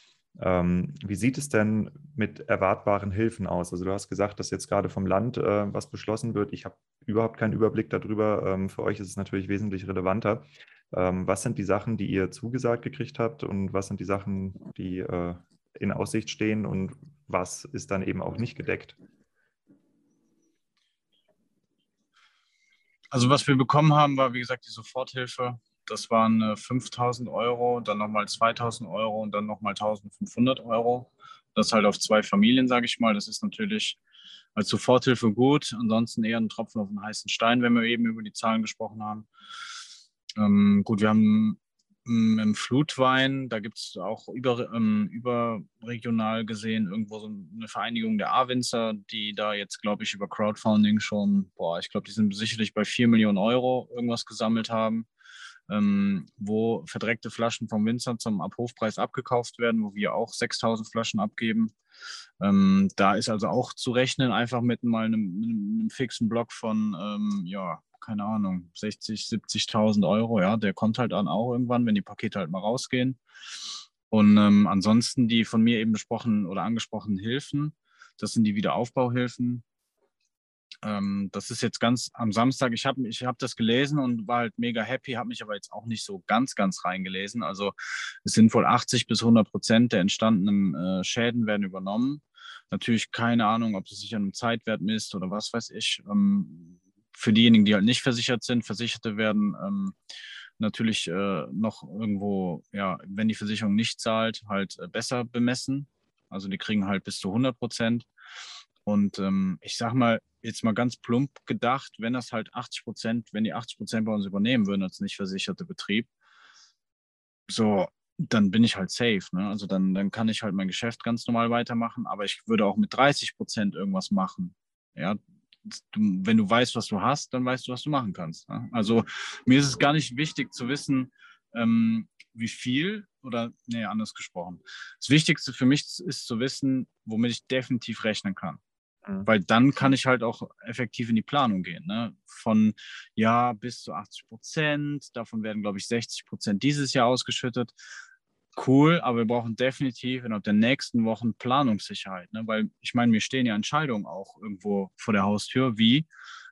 Wie sieht es denn mit erwartbaren Hilfen aus? Also du hast gesagt, dass jetzt gerade vom Land was beschlossen wird. Ich habe überhaupt keinen Überblick darüber. Für euch ist es natürlich wesentlich relevanter. Was sind die Sachen, die ihr zugesagt gekriegt habt und was sind die Sachen, die in Aussicht stehen und was ist dann eben auch nicht gedeckt? Also was wir bekommen haben, war wie gesagt die Soforthilfe. Das waren 5.000 Euro, dann nochmal 2.000 Euro und dann nochmal 1.500 Euro. Das halt auf 2 Familien, sage ich mal. Das ist natürlich als Soforthilfe gut. Ansonsten eher ein Tropfen auf den heißen Stein, wenn wir eben über die Zahlen gesprochen haben. Gut, wir haben im Flutwein, da gibt es auch überregional gesehen irgendwo so eine Vereinigung der A-Winzer, die da jetzt, glaube ich, über Crowdfunding schon, ich glaube, die sind sicherlich bei 4 Millionen Euro irgendwas gesammelt haben. wo verdreckte Flaschen vom Winzer zum Abrufpreis abgekauft werden, wo wir auch 6.000 Flaschen abgeben. Da ist also auch zu rechnen, einfach mit mal einem fixen Block von, keine Ahnung, 60.000, 70.000 Euro. Ja, der kommt halt dann auch irgendwann, wenn die Pakete halt mal rausgehen. Und ansonsten die von mir eben besprochenen oder angesprochenen Hilfen, das sind die Wiederaufbauhilfen. Das ist jetzt ganz am Samstag. Ich hab das gelesen und war halt mega happy, habe mich aber jetzt auch nicht so ganz reingelesen. Also es sind wohl 80-100% der entstandenen Schäden werden übernommen. Natürlich keine Ahnung, ob es sich an einem Zeitwert misst oder was weiß ich. Für diejenigen, die halt nicht versichert sind, Versicherte werden natürlich noch irgendwo, ja, wenn die Versicherung nicht zahlt, halt besser bemessen. Also die kriegen halt bis zu 100%. Und ich sag mal, jetzt mal ganz plump gedacht, wenn das halt 80%, wenn die 80% bei uns übernehmen würden als nicht versicherte Betrieb, so, dann bin ich halt safe. Ne? Also dann kann ich halt mein Geschäft ganz normal weitermachen, aber ich würde auch mit 30% irgendwas machen. Ja, wenn du weißt, was du hast, dann weißt du, was du machen kannst. Ne? Also mir ist es gar nicht wichtig zu wissen, wie viel oder, nee, anders gesprochen. Das Wichtigste für mich ist zu wissen, womit ich definitiv rechnen kann. Weil dann kann ich halt auch effektiv in die Planung gehen. Ne? Von ja bis zu 80%, davon werden, glaube ich, 60% dieses Jahr ausgeschüttet. Cool, aber wir brauchen definitiv innerhalb der nächsten Wochen Planungssicherheit. Ne? Weil ich meine, mir stehen ja Entscheidungen auch irgendwo vor der Haustür, wie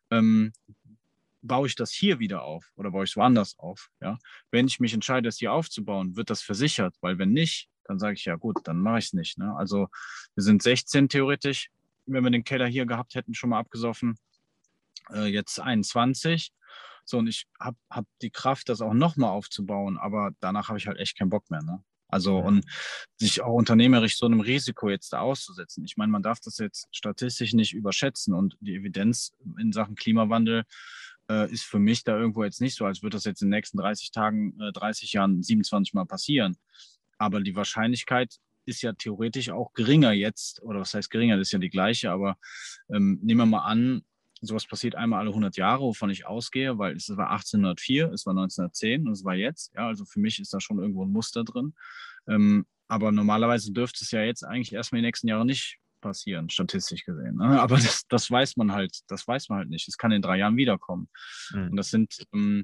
baue ich das hier wieder auf oder baue ich es woanders auf? Ja? Wenn ich mich entscheide, das hier aufzubauen, wird das versichert, weil wenn nicht, dann sage ich ja gut, dann mache ich es nicht. Ne? Also wir sind 16 theoretisch, wenn wir den Keller hier gehabt hätten, schon mal abgesoffen, jetzt 21. So, und ich hab die Kraft, das auch nochmal aufzubauen, aber danach habe ich halt echt keinen Bock mehr. Ne? Also, und sich auch unternehmerisch so einem Risiko jetzt da auszusetzen. Ich meine, man darf das jetzt statistisch nicht überschätzen und die Evidenz in Sachen Klimawandel ist für mich da irgendwo jetzt nicht so, als würde das jetzt in den nächsten 30 Tagen, 30 Jahren 27 Mal passieren. Aber die Wahrscheinlichkeit ist ja theoretisch auch geringer jetzt, oder was heißt geringer, das ist ja die gleiche, aber nehmen wir mal an, sowas passiert einmal alle 100 Jahre, wovon ich ausgehe, weil es war 1804, es war 1910 und es war jetzt. Ja, also für mich ist da schon irgendwo ein Muster drin. Aber normalerweise dürfte es ja jetzt eigentlich erstmal die nächsten Jahre nicht passieren, statistisch gesehen. Ne? Aber das weiß man halt nicht. Es kann in 3 Jahren wiederkommen. Und das sind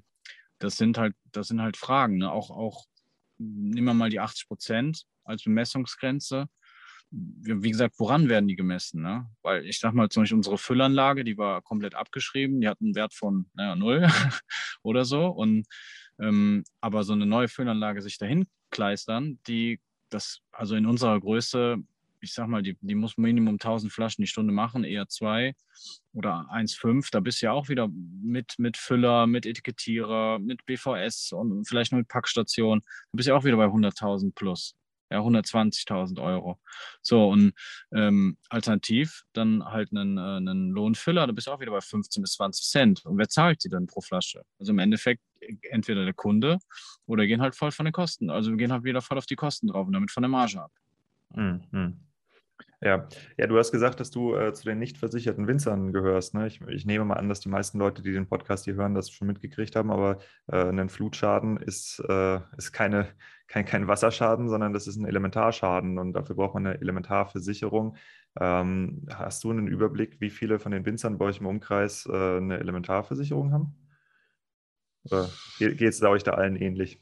halt Fragen. Ne? Auch nehmen wir mal die 80% als Bemessungsgrenze. Wie gesagt, woran werden die gemessen? Ne? Weil ich sag mal, zum Beispiel unsere Füllanlage, die war komplett abgeschrieben, die hat einen Wert von 0 oder so. Und aber so eine neue Füllanlage sich dahin kleistern, also in unserer Größe, ich sag mal, die muss Minimum 1.000 Flaschen die Stunde machen, eher 2 oder 1,5. Da bist du ja auch wieder mit Füller, mit Etikettierer, mit BVS und vielleicht noch mit Packstation. Da bist du ja auch wieder bei 100.000 plus. Ja, 120.000 Euro. So, und alternativ dann halt einen Lohnfüller, da bist du auch wieder bei 15 bis 20 Cent. Und wer zahlt die dann pro Flasche? Also im Endeffekt entweder der Kunde oder gehen halt voll von den Kosten. Also wir gehen halt wieder voll auf die Kosten drauf und damit von der Marge ab. Ja. Ja, du hast gesagt, dass du zu den nicht versicherten Winzern gehörst. Ne? Ich nehme mal an, dass die meisten Leute, die den Podcast hier hören, das schon mitgekriegt haben, aber ein Flutschaden ist kein Wasserschaden, sondern das ist ein Elementarschaden und dafür braucht man eine Elementarversicherung. Hast du einen Überblick, wie viele von den Winzern bei euch im Umkreis eine Elementarversicherung haben? Oder geht es euch da allen ähnlich?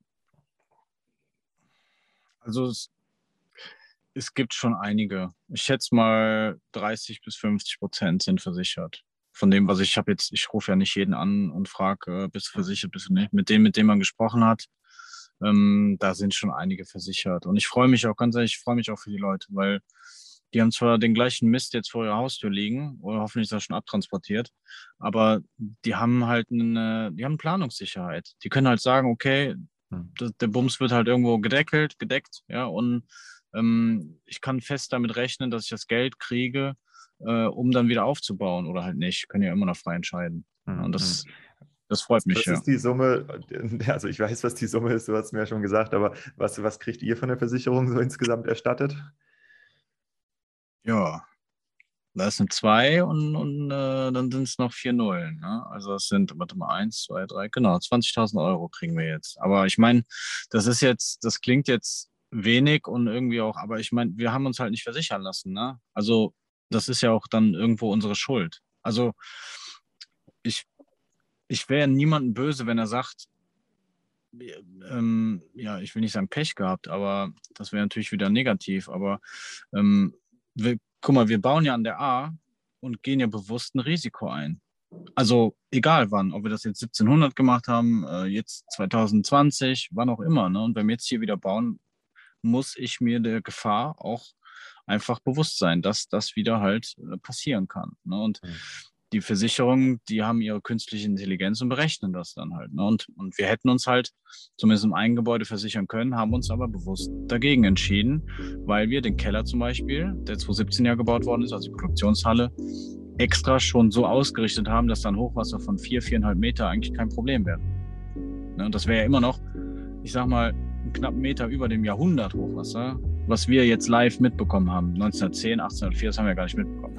Also es gibt schon einige. Ich schätze mal 30-50% sind versichert. Von dem, was ich habe jetzt, ich rufe ja nicht jeden an und frage, bist du versichert, bist du nicht. Mit dem man gesprochen hat, da sind schon einige versichert. Und ich freue mich auch, ganz ehrlich, ich freue mich auch für die Leute, weil die haben zwar den gleichen Mist jetzt vor ihrer Haustür liegen, oder hoffentlich ist das schon abtransportiert, aber die haben halt die haben Planungssicherheit. Die können halt sagen, okay, der Bums wird halt irgendwo gedeckt, ja, und ich kann fest damit rechnen, dass ich das Geld kriege, um dann wieder aufzubauen oder halt nicht. Können ja immer noch frei entscheiden. Und das freut mich, was ist die Summe? Also ich weiß, was die Summe ist, du hast es mir ja schon gesagt, aber was kriegt ihr von der Versicherung so insgesamt erstattet? Ja, Da ist eine 2 und dann sind es noch 4 Nullen. Ne? Also das sind, warte mal, 1, 2, 3, genau, 20.000 Euro kriegen wir jetzt. Aber ich meine, das klingt jetzt wenig und irgendwie auch, aber ich meine, wir haben uns halt nicht versichern lassen. Ne? Also das ist ja auch dann irgendwo unsere Schuld. Also ich, ich wäre niemandem böse, wenn er sagt, ja, ich will nicht sagen Pech gehabt, aber das wäre natürlich wieder negativ. Aber guck mal, wir bauen ja an der A und gehen ja bewusst ein Risiko ein. Also egal wann, ob wir das jetzt 1700 gemacht haben, jetzt 2020, wann auch immer. Ne? Und wenn wir jetzt hier wieder bauen, muss ich mir der Gefahr auch einfach bewusst sein, dass das wieder halt passieren kann. Ne? Und Mhm. die Versicherungen, die haben ihre künstliche Intelligenz und berechnen das dann halt. Ne? Und wir hätten uns halt zumindest im einen Gebäude versichern können, haben uns aber bewusst dagegen entschieden, weil wir den Keller zum Beispiel, der 2017 ja gebaut worden ist, also die Produktionshalle, extra schon so ausgerichtet haben, dass dann Hochwasser von 4,5 Meter eigentlich kein Problem wäre. Ne? Und das wäre ja immer noch, ich sag mal, einen knappen Meter über dem Jahrhundert-Hochwasser, was wir jetzt live mitbekommen haben. 1910, 1804, das haben wir gar nicht mitbekommen.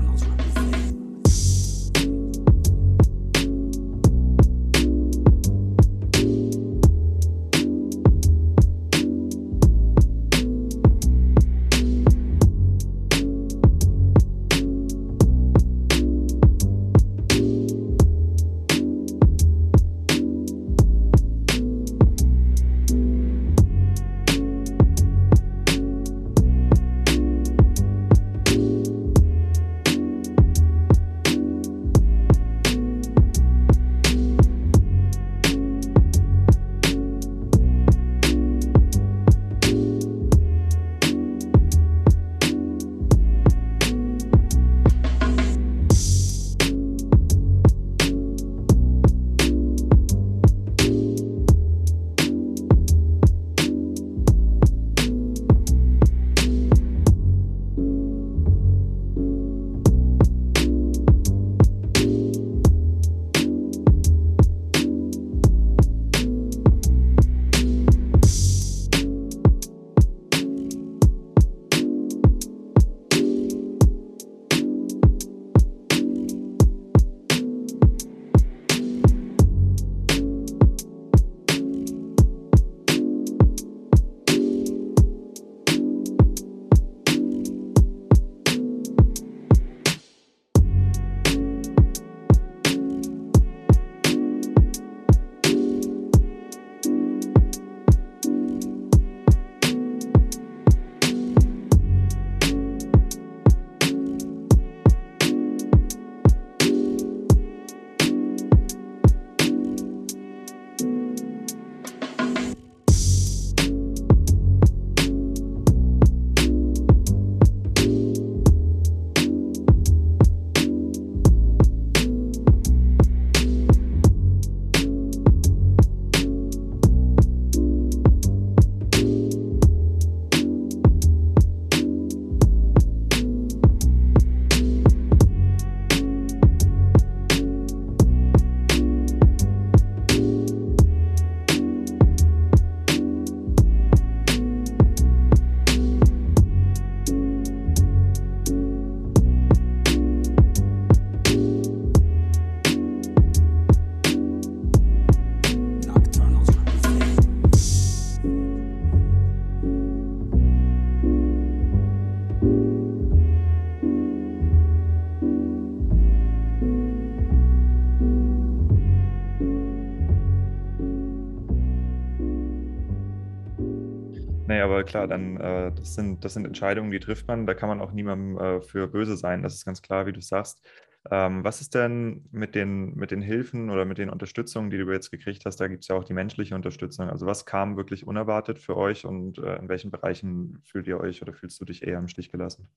Nee, aber klar, dann das sind Entscheidungen, die trifft man. Da kann man auch niemandem für böse sein. Das ist ganz klar, wie du sagst. Was ist denn mit den Hilfen oder mit den Unterstützungen, die du jetzt gekriegt hast? Da gibt es ja auch die menschliche Unterstützung. Also was kam wirklich unerwartet für euch und in welchen Bereichen fühlt ihr euch oder fühlst du dich eher im Stich gelassen?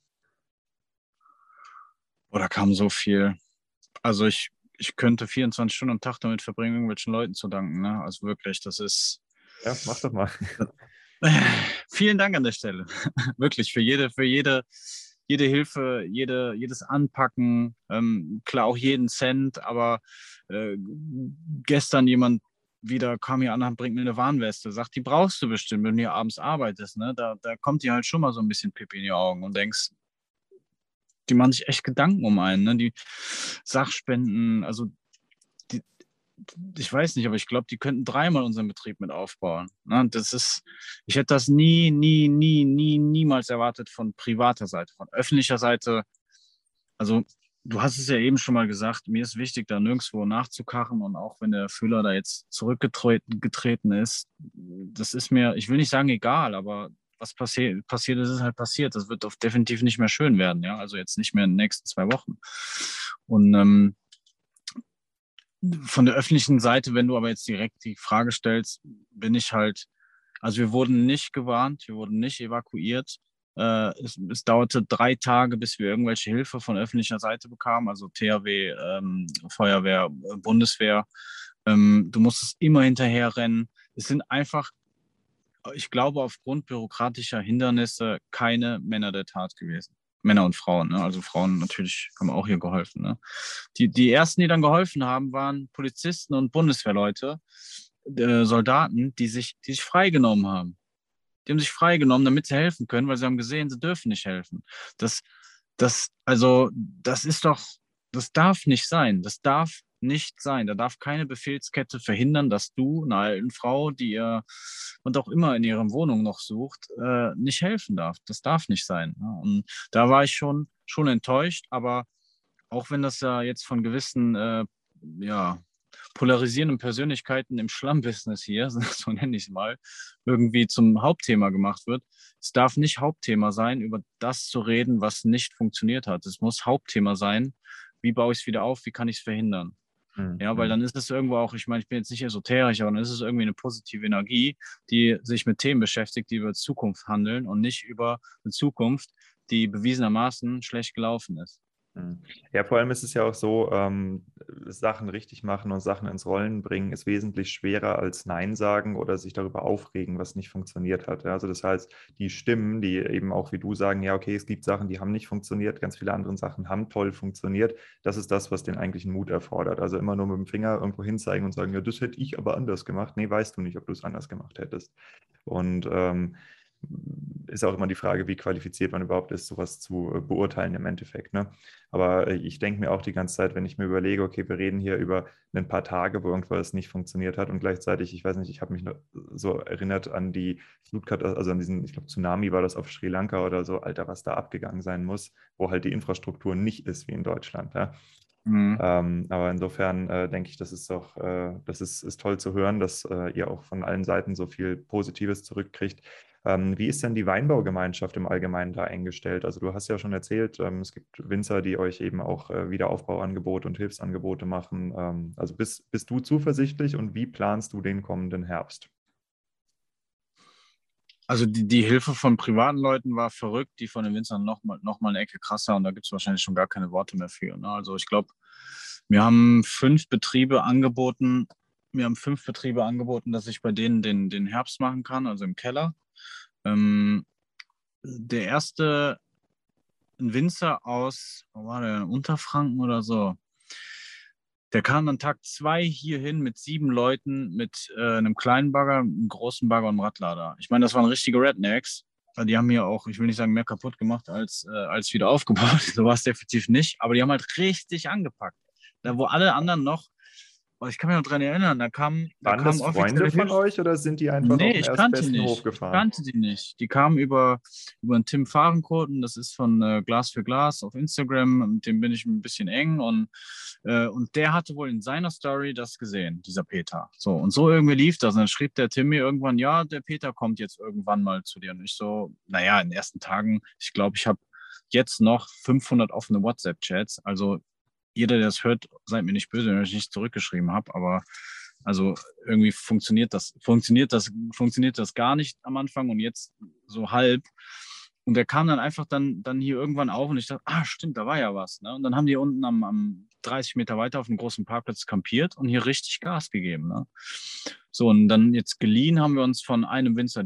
Oder kam so viel. Also ich könnte 24 Stunden am Tag damit verbringen, irgendwelchen Leuten zu danken. Ne? Also wirklich, das ist. Ja, mach doch mal. Vielen Dank an der Stelle. Wirklich jede Hilfe, jedes Anpacken, klar auch jeden Cent, aber gestern jemand wieder kam hier an und bringt mir eine Warnweste, sagt, die brauchst du bestimmt, wenn du hier abends arbeitest. Ne? Da kommt dir halt schon mal so ein bisschen Pipi in die Augen und denkst, die machen sich echt Gedanken um einen, ne? Die Sachspenden, also die, ich weiß nicht, aber ich glaube, die könnten 3-mal unseren Betrieb mit aufbauen. Ne? Ich hätte das niemals erwartet von privater Seite, von öffentlicher Seite. Also du hast es ja eben schon mal gesagt, mir ist wichtig, da nirgendwo nachzukachen, und auch wenn der Fühler da jetzt zurückgetreten ist, das ist mir, ich will nicht sagen egal, aber was passiert ist, ist halt passiert. Das wird definitiv nicht mehr schön werden, ja, also jetzt nicht mehr in den nächsten 2 Wochen. Und von der öffentlichen Seite, wenn du aber jetzt direkt die Frage stellst, bin ich halt, also wir wurden nicht gewarnt, wir wurden nicht evakuiert. Es dauerte 3 Tage, bis wir irgendwelche Hilfe von öffentlicher Seite bekamen, also THW, Feuerwehr, Bundeswehr. Du musstest immer hinterher rennen. Es sind einfach, ich glaube, aufgrund bürokratischer Hindernisse keine Männer der Tat gewesen. Männer und Frauen, ne? Also Frauen natürlich haben auch hier geholfen. Ne? Die ersten, die dann geholfen haben, waren Polizisten und Bundeswehrleute, Soldaten, die sich freigenommen haben. Die haben sich freigenommen, damit sie helfen können, weil sie haben gesehen, sie dürfen nicht helfen. Das, das ist doch, das darf nicht sein. Das darf nicht sein. Da darf keine Befehlskette verhindern, dass du einer alten Frau, die ihr und auch immer in ihrer Wohnung noch sucht, nicht helfen darf. Das darf nicht sein. Ne? Und da war ich schon enttäuscht, aber auch wenn das ja jetzt von gewissen ja, polarisierenden Persönlichkeiten im Schlammbusiness hier, so nenne ich es mal, irgendwie zum Hauptthema gemacht wird. Es darf nicht Hauptthema sein, über das zu reden, was nicht funktioniert hat. Es muss Hauptthema sein, wie baue ich es wieder auf, wie kann ich es verhindern. Ja, weil dann ist es irgendwo auch, ich meine, ich bin jetzt nicht esoterisch, aber dann ist es irgendwie eine positive Energie, die sich mit Themen beschäftigt, die über Zukunft handeln und nicht über eine Zukunft, die bewiesenermaßen schlecht gelaufen ist. Ja, vor allem ist es ja auch so, Sachen richtig machen und Sachen ins Rollen bringen ist wesentlich schwerer als Nein sagen oder sich darüber aufregen, was nicht funktioniert hat. Ja, also das heißt, die Stimmen, die eben auch wie du sagen, ja, okay, es gibt Sachen, die haben nicht funktioniert, ganz viele andere Sachen haben toll funktioniert. Das ist das, was den eigentlichen Mut erfordert. Also immer nur mit dem Finger irgendwo hinzeigen und sagen, ja, das hätte ich aber anders gemacht. Nee, weißt du nicht, ob du es anders gemacht hättest. Und ist auch immer die Frage, wie qualifiziert man überhaupt ist, sowas zu beurteilen im Endeffekt. Ne? Aber ich denke mir auch die ganze Zeit, wenn ich mir überlege, okay, wir reden hier über ein paar Tage, wo irgendwas nicht funktioniert hat, und gleichzeitig, ich weiß nicht, ich habe mich so erinnert an die Flutkatastrophe, also an diesen, ich glaube, Tsunami war das auf Sri Lanka oder so, Alter, was da abgegangen sein muss, wo halt die Infrastruktur nicht ist wie in Deutschland. Ja? Mhm. Aber insofern denke ich, das ist doch, das ist toll zu hören, dass ihr auch von allen Seiten so viel Positives zurückkriegt. Wie ist denn die Weinbaugemeinschaft im Allgemeinen da eingestellt? Also du hast ja schon erzählt, es gibt Winzer, die euch eben auch Wiederaufbauangebote und Hilfsangebote machen. Also bist du zuversichtlich, und wie planst du den kommenden Herbst? Also die Hilfe von privaten Leuten war verrückt, die von den Winzern noch mal eine Ecke krasser, und da gibt es wahrscheinlich schon gar keine Worte mehr für. Ne? Also ich glaube, wir haben 5 Betriebe angeboten, dass ich bei denen den Herbst machen kann, also im Keller. Ähm, der erste, ein Winzer aus, wo war der, Unterfranken oder so, der kam an Tag 2 hierhin mit 7 Leuten, mit einem kleinen Bagger, einem großen Bagger und einem Radlader. Ich meine, das waren richtige Rednecks. Die haben hier auch, ich will nicht sagen, mehr kaputt gemacht als wieder aufgebaut. So war es definitiv nicht. Aber die haben halt richtig angepackt. Da, wo alle anderen noch, oh, ich kann mich noch dran erinnern, da Waren kam das Freunde offizielle von Hilfe. euch oder sind die einfach Nee, auf den ich kannte erstbesten nicht. Hof Ich gefahren? kannte die nicht. Die kamen über einen Tim Fahrenkoten, das ist von Glas für Glas auf Instagram, mit dem bin ich ein bisschen eng, und der hatte wohl in seiner Story das gesehen, dieser Peter. So, und so irgendwie lief das. Und dann schrieb der Tim mir irgendwann, ja, der Peter kommt jetzt irgendwann mal zu dir. Und ich so, naja, in den ersten Tagen, ich glaube, ich habe jetzt noch 500 offene WhatsApp-Chats. Also jeder, der das hört, seid mir nicht böse, wenn ich nicht zurückgeschrieben habe, aber also irgendwie funktioniert das gar nicht am Anfang und jetzt so halb. Und der kam dann einfach dann hier irgendwann auf, und ich dachte, stimmt, da war ja was. Ne? Und dann haben die unten am 30 Meter weiter auf einem großen Parkplatz kampiert und hier richtig Gas gegeben. Ne? So, und dann jetzt geliehen haben wir uns von einem Winzer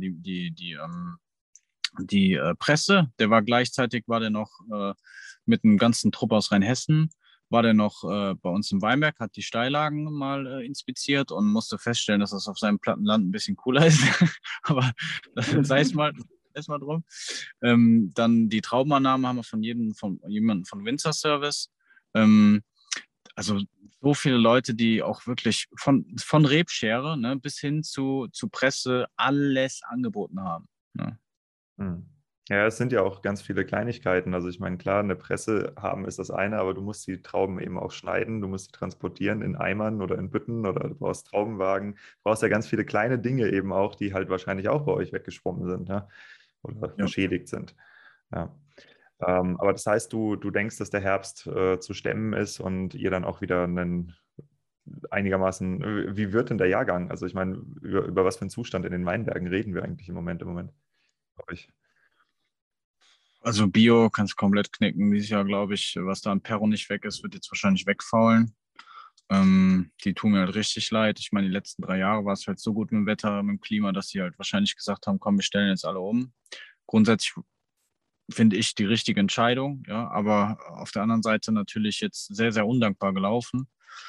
die Presse. War der noch mit einem ganzen Trupp aus Rheinhessen, war der noch bei uns im Weinberg, hat die Steillagen mal inspiziert und musste feststellen, dass das auf seinem Plattenland ein bisschen cooler ist. Aber sei es mal. erstmal drum. Dann die Traubenannahme haben wir von jemandem von Winzer Service. Also so viele Leute, die auch wirklich von Rebschere, ne, bis hin zu Presse alles angeboten haben. Ne? Hm. Ja, es sind ja auch ganz viele Kleinigkeiten. Also ich meine, klar, eine Presse haben ist das eine, aber du musst die Trauben eben auch schneiden, du musst sie transportieren in Eimern oder in Bütten oder du brauchst Traubenwagen. Du brauchst ja ganz viele kleine Dinge eben auch, die halt wahrscheinlich auch bei euch weggeschwommen sind, ja? Oder Ja. beschädigt sind. Ja. Aber das heißt, du denkst, dass der Herbst zu stemmen ist und ihr dann auch wieder einen einigermaßen, wie wird denn der Jahrgang? Also ich meine, über was für einen Zustand in den Weinbergen reden wir eigentlich im Moment bei euch? Also Bio kannst komplett knicken. Dieses Jahr, glaube ich, was da an Perro nicht weg ist, wird jetzt wahrscheinlich wegfaulen. Die tun mir halt richtig leid. Ich meine, die letzten 3 Jahre war es halt so gut mit dem Wetter, mit dem Klima, dass sie halt wahrscheinlich gesagt haben, komm, wir stellen jetzt alle um. Grundsätzlich finde ich die richtige Entscheidung, ja, aber auf der anderen Seite natürlich jetzt sehr, sehr undankbar gelaufen.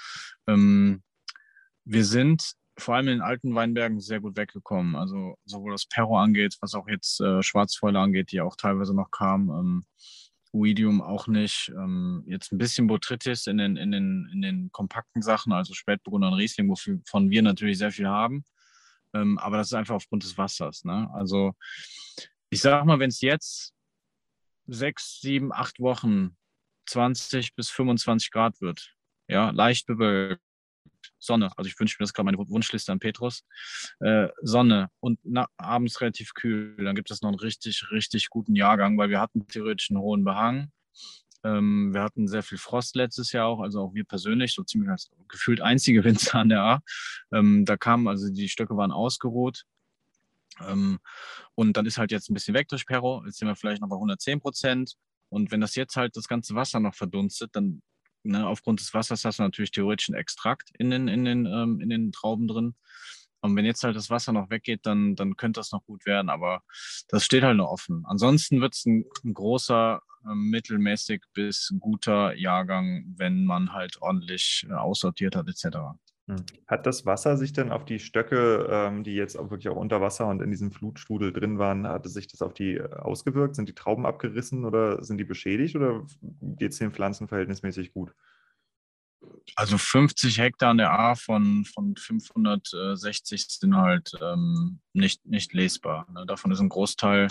Wir sind vor allem in den alten Weinbergen sehr gut weggekommen. Also sowohl das Perro angeht, was auch jetzt Schwarzfäule angeht, die auch teilweise noch kam. Oidium auch nicht. Jetzt ein bisschen Botrytis in den kompakten Sachen, also Spätburgunder und Riesling, wovon wir natürlich sehr viel haben. Aber das ist einfach aufgrund des Wassers. Ne? Also ich sage mal, wenn es jetzt 6, 7, 8 Wochen 20 bis 25 Grad wird, ja, leicht bewölkt, Sonne, also ich wünsche mir das gerade meine Wunschliste an Petrus, Sonne und abends relativ kühl, dann gibt es noch einen richtig, richtig guten Jahrgang, weil wir hatten theoretisch einen hohen Behang. Wir hatten sehr viel Frost letztes Jahr auch, also auch wir persönlich, so ziemlich als gefühlt einzige Winzer an der A. Da kamen, also die Stöcke waren ausgeruht. Und dann ist halt jetzt ein bisschen weg durch Perro. Jetzt sind wir vielleicht noch bei 110%. Und wenn das jetzt halt das ganze Wasser noch verdunstet, dann ne, aufgrund des Wassers hast du natürlich theoretisch einen Extrakt in den Trauben drin. Und wenn jetzt halt das Wasser noch weggeht, dann könnte das noch gut werden. Aber das steht halt noch offen. Ansonsten wird es ein großer, mittelmäßig bis guter Jahrgang, wenn man halt ordentlich aussortiert hat, etc. Hat das Wasser sich denn auf die Stöcke, die jetzt auch wirklich auch unter Wasser und in diesem Flutstrudel drin waren, hatte sich das auf die ausgewirkt? Sind die Trauben abgerissen oder sind die beschädigt oder geht es den Pflanzen verhältnismäßig gut? Also 50 Hektar an der A von 560 sind halt nicht lesbar. Ne? Davon ist ein Großteil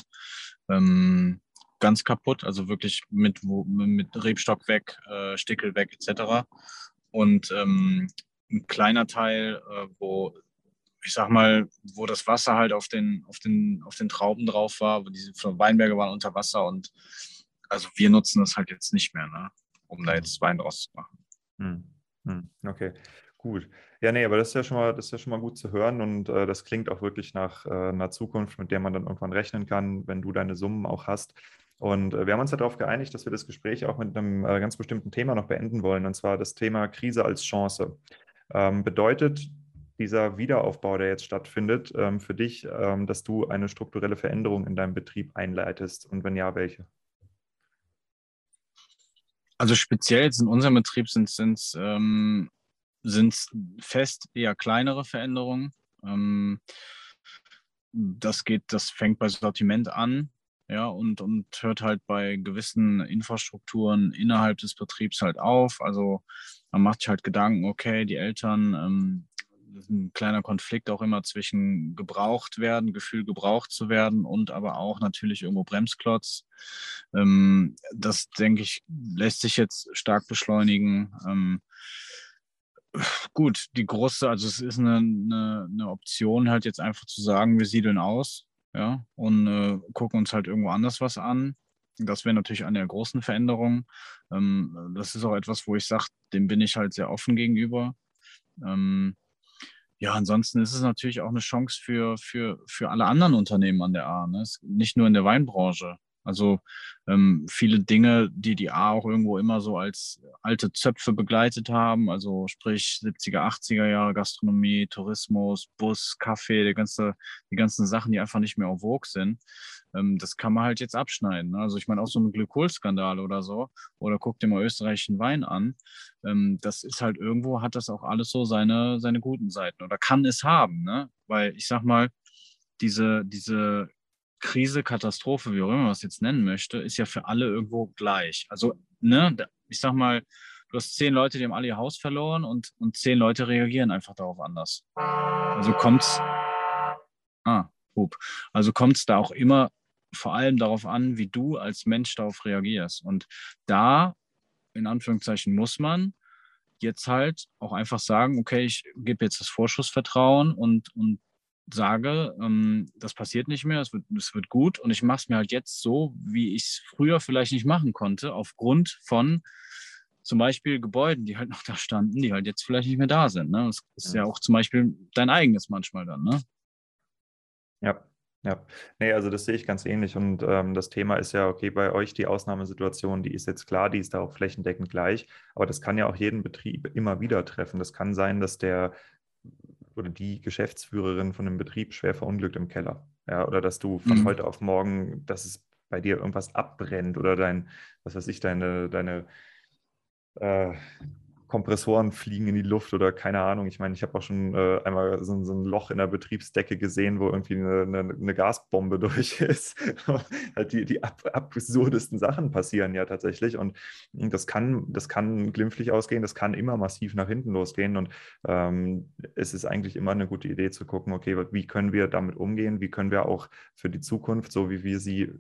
ganz kaputt, also wirklich mit Rebstock weg, Stickel weg etc. Und ein kleiner Teil, wo ich sag mal, wo das Wasser halt auf den Trauben drauf war, wo diese Weinberge waren unter Wasser und also wir nutzen das halt jetzt nicht mehr, ne? Um da jetzt Wein draus zu machen. Hm. Okay, gut. Ja, nee, aber das ist ja schon mal gut zu hören und das klingt auch wirklich nach einer Zukunft, mit der man dann irgendwann rechnen kann, wenn du deine Summen auch hast. Und wir haben uns ja darauf geeinigt, dass wir das Gespräch auch mit einem ganz bestimmten Thema noch beenden wollen, und zwar das Thema Krise als Chance. Bedeutet dieser Wiederaufbau, der jetzt stattfindet, für dich, dass du eine strukturelle Veränderung in deinem Betrieb einleitest? Und wenn ja, welche? Also speziell jetzt in unserem Betrieb sind's fest eher kleinere Veränderungen. Das fängt bei Sortiment an, ja, und hört halt bei gewissen Infrastrukturen innerhalb des Betriebs halt auf. Also man macht sich halt Gedanken, okay, die Eltern, das ist ein kleiner Konflikt auch immer zwischen gebraucht werden, Gefühl gebraucht zu werden und aber auch natürlich irgendwo Bremsklotz. Das, denke ich, lässt sich jetzt stark beschleunigen. Gut, also es ist eine Option, halt jetzt einfach zu sagen, wir siedeln aus, ja, und gucken uns halt irgendwo anders was an. Das wäre natürlich eine der großen Veränderungen. Das ist auch etwas, wo ich sage, dem bin ich halt sehr offen gegenüber. Ähm, ja, ansonsten ist es natürlich auch eine Chance für alle anderen Unternehmen an der A, ne? Nicht nur in der Weinbranche. Also viele Dinge, die A auch irgendwo immer so als alte Zöpfe begleitet haben, also sprich 70er, 80er Jahre Gastronomie, Tourismus, Bus, Kaffee, die ganzen Sachen, die einfach nicht mehr en vogue sind, das kann man halt jetzt abschneiden. Ne? Also ich meine auch so ein Glykolskandal oder so, oder guck dir mal österreichischen Wein an, das ist halt irgendwo, hat das auch alles so seine guten Seiten oder kann es haben, ne? Weil ich sag mal, diese Krise, Katastrophe, wie auch immer man das jetzt nennen möchte, ist ja für alle irgendwo gleich. Also, ne, ich sag mal, du hast 10 Leute, die haben alle ihr Haus verloren und 10 Leute reagieren einfach darauf anders. Also kommt's, also kommt's da auch immer vor allem darauf an, wie du als Mensch darauf reagierst. Und da, in Anführungszeichen, muss man jetzt halt auch einfach sagen, okay, ich gebe jetzt das Vorschussvertrauen und sage, das passiert nicht mehr, es wird gut und ich mache es mir halt jetzt so, wie ich es früher vielleicht nicht machen konnte, aufgrund von zum Beispiel Gebäuden, die halt noch da standen, die halt jetzt vielleicht nicht mehr da sind. Ne? Das ist ja auch zum Beispiel dein eigenes manchmal dann. Ne? Ja, ja. Nee, also das sehe ich ganz ähnlich. Und das Thema ist ja, okay, bei euch die Ausnahmesituation, die ist jetzt klar, die ist da auch flächendeckend gleich, aber das kann ja auch jeden Betrieb immer wieder treffen. Das kann sein, dass der oder die Geschäftsführerin von einem Betrieb schwer verunglückt im Keller. Ja, oder dass du von heute auf morgen, dass es bei dir irgendwas abbrennt oder was weiß ich, deine äh, Kompressoren fliegen in die Luft oder keine Ahnung. Ich meine, ich habe auch schon einmal so ein Loch in der Betriebsdecke gesehen, wo irgendwie eine Gasbombe durch ist. Halt die absurdesten Sachen passieren ja tatsächlich. Und das kann glimpflich ausgehen, das kann immer massiv nach hinten losgehen. Und es ist eigentlich immer eine gute Idee zu gucken, okay, wie können wir damit umgehen? Wie können wir auch für die Zukunft, so wie wir sie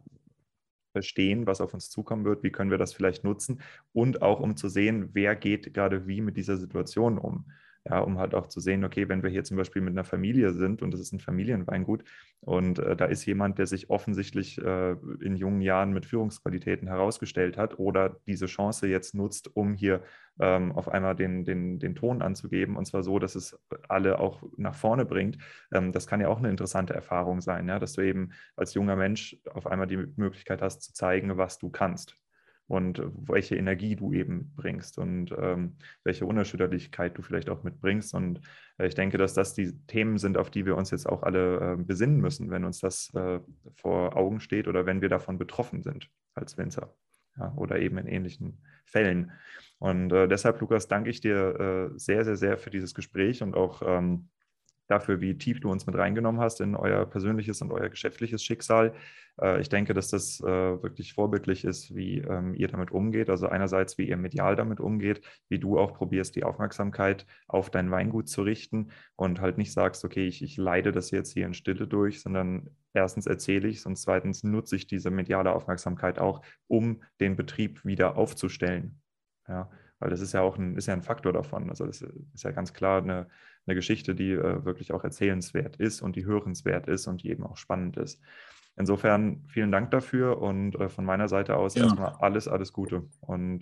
verstehen, was auf uns zukommen wird, wie können wir das vielleicht nutzen und auch um zu sehen, wer geht gerade wie mit dieser Situation um. Ja, um halt auch zu sehen, okay, wenn wir hier zum Beispiel mit einer Familie sind und es ist ein Familienweingut und da ist jemand, der sich offensichtlich in jungen Jahren mit Führungsqualitäten herausgestellt hat oder diese Chance jetzt nutzt, um hier auf einmal den Ton anzugeben und zwar so, dass es alle auch nach vorne bringt. Das kann ja auch eine interessante Erfahrung sein, ja, dass du eben als junger Mensch auf einmal die Möglichkeit hast zu zeigen, was du kannst und welche Energie du eben bringst und welche Unerschütterlichkeit du vielleicht auch mitbringst. Und ich denke, dass das die Themen sind, auf die wir uns jetzt auch alle besinnen müssen, wenn uns das vor Augen steht oder wenn wir davon betroffen sind als Winzer, ja, oder eben in ähnlichen Fällen. Und deshalb, Lukas, danke ich dir sehr, sehr, sehr für dieses Gespräch und auch dafür, wie tief du uns mit reingenommen hast in euer persönliches und euer geschäftliches Schicksal. Ich denke, dass das wirklich vorbildlich ist, wie ihr damit umgeht. Also einerseits, wie ihr medial damit umgeht, wie du auch probierst, die Aufmerksamkeit auf dein Weingut zu richten und halt nicht sagst, okay, ich leide das jetzt hier in Stille durch, sondern erstens erzähle ich es und zweitens nutze ich diese mediale Aufmerksamkeit auch, um den Betrieb wieder aufzustellen. Ja, weil das ist ja auch ist ja ein Faktor davon. Also das ist ja ganz klar eine Geschichte, die wirklich auch erzählenswert ist und die hörenswert ist und die eben auch spannend ist. Insofern vielen Dank dafür und von meiner Seite aus erstmal alles Gute. Und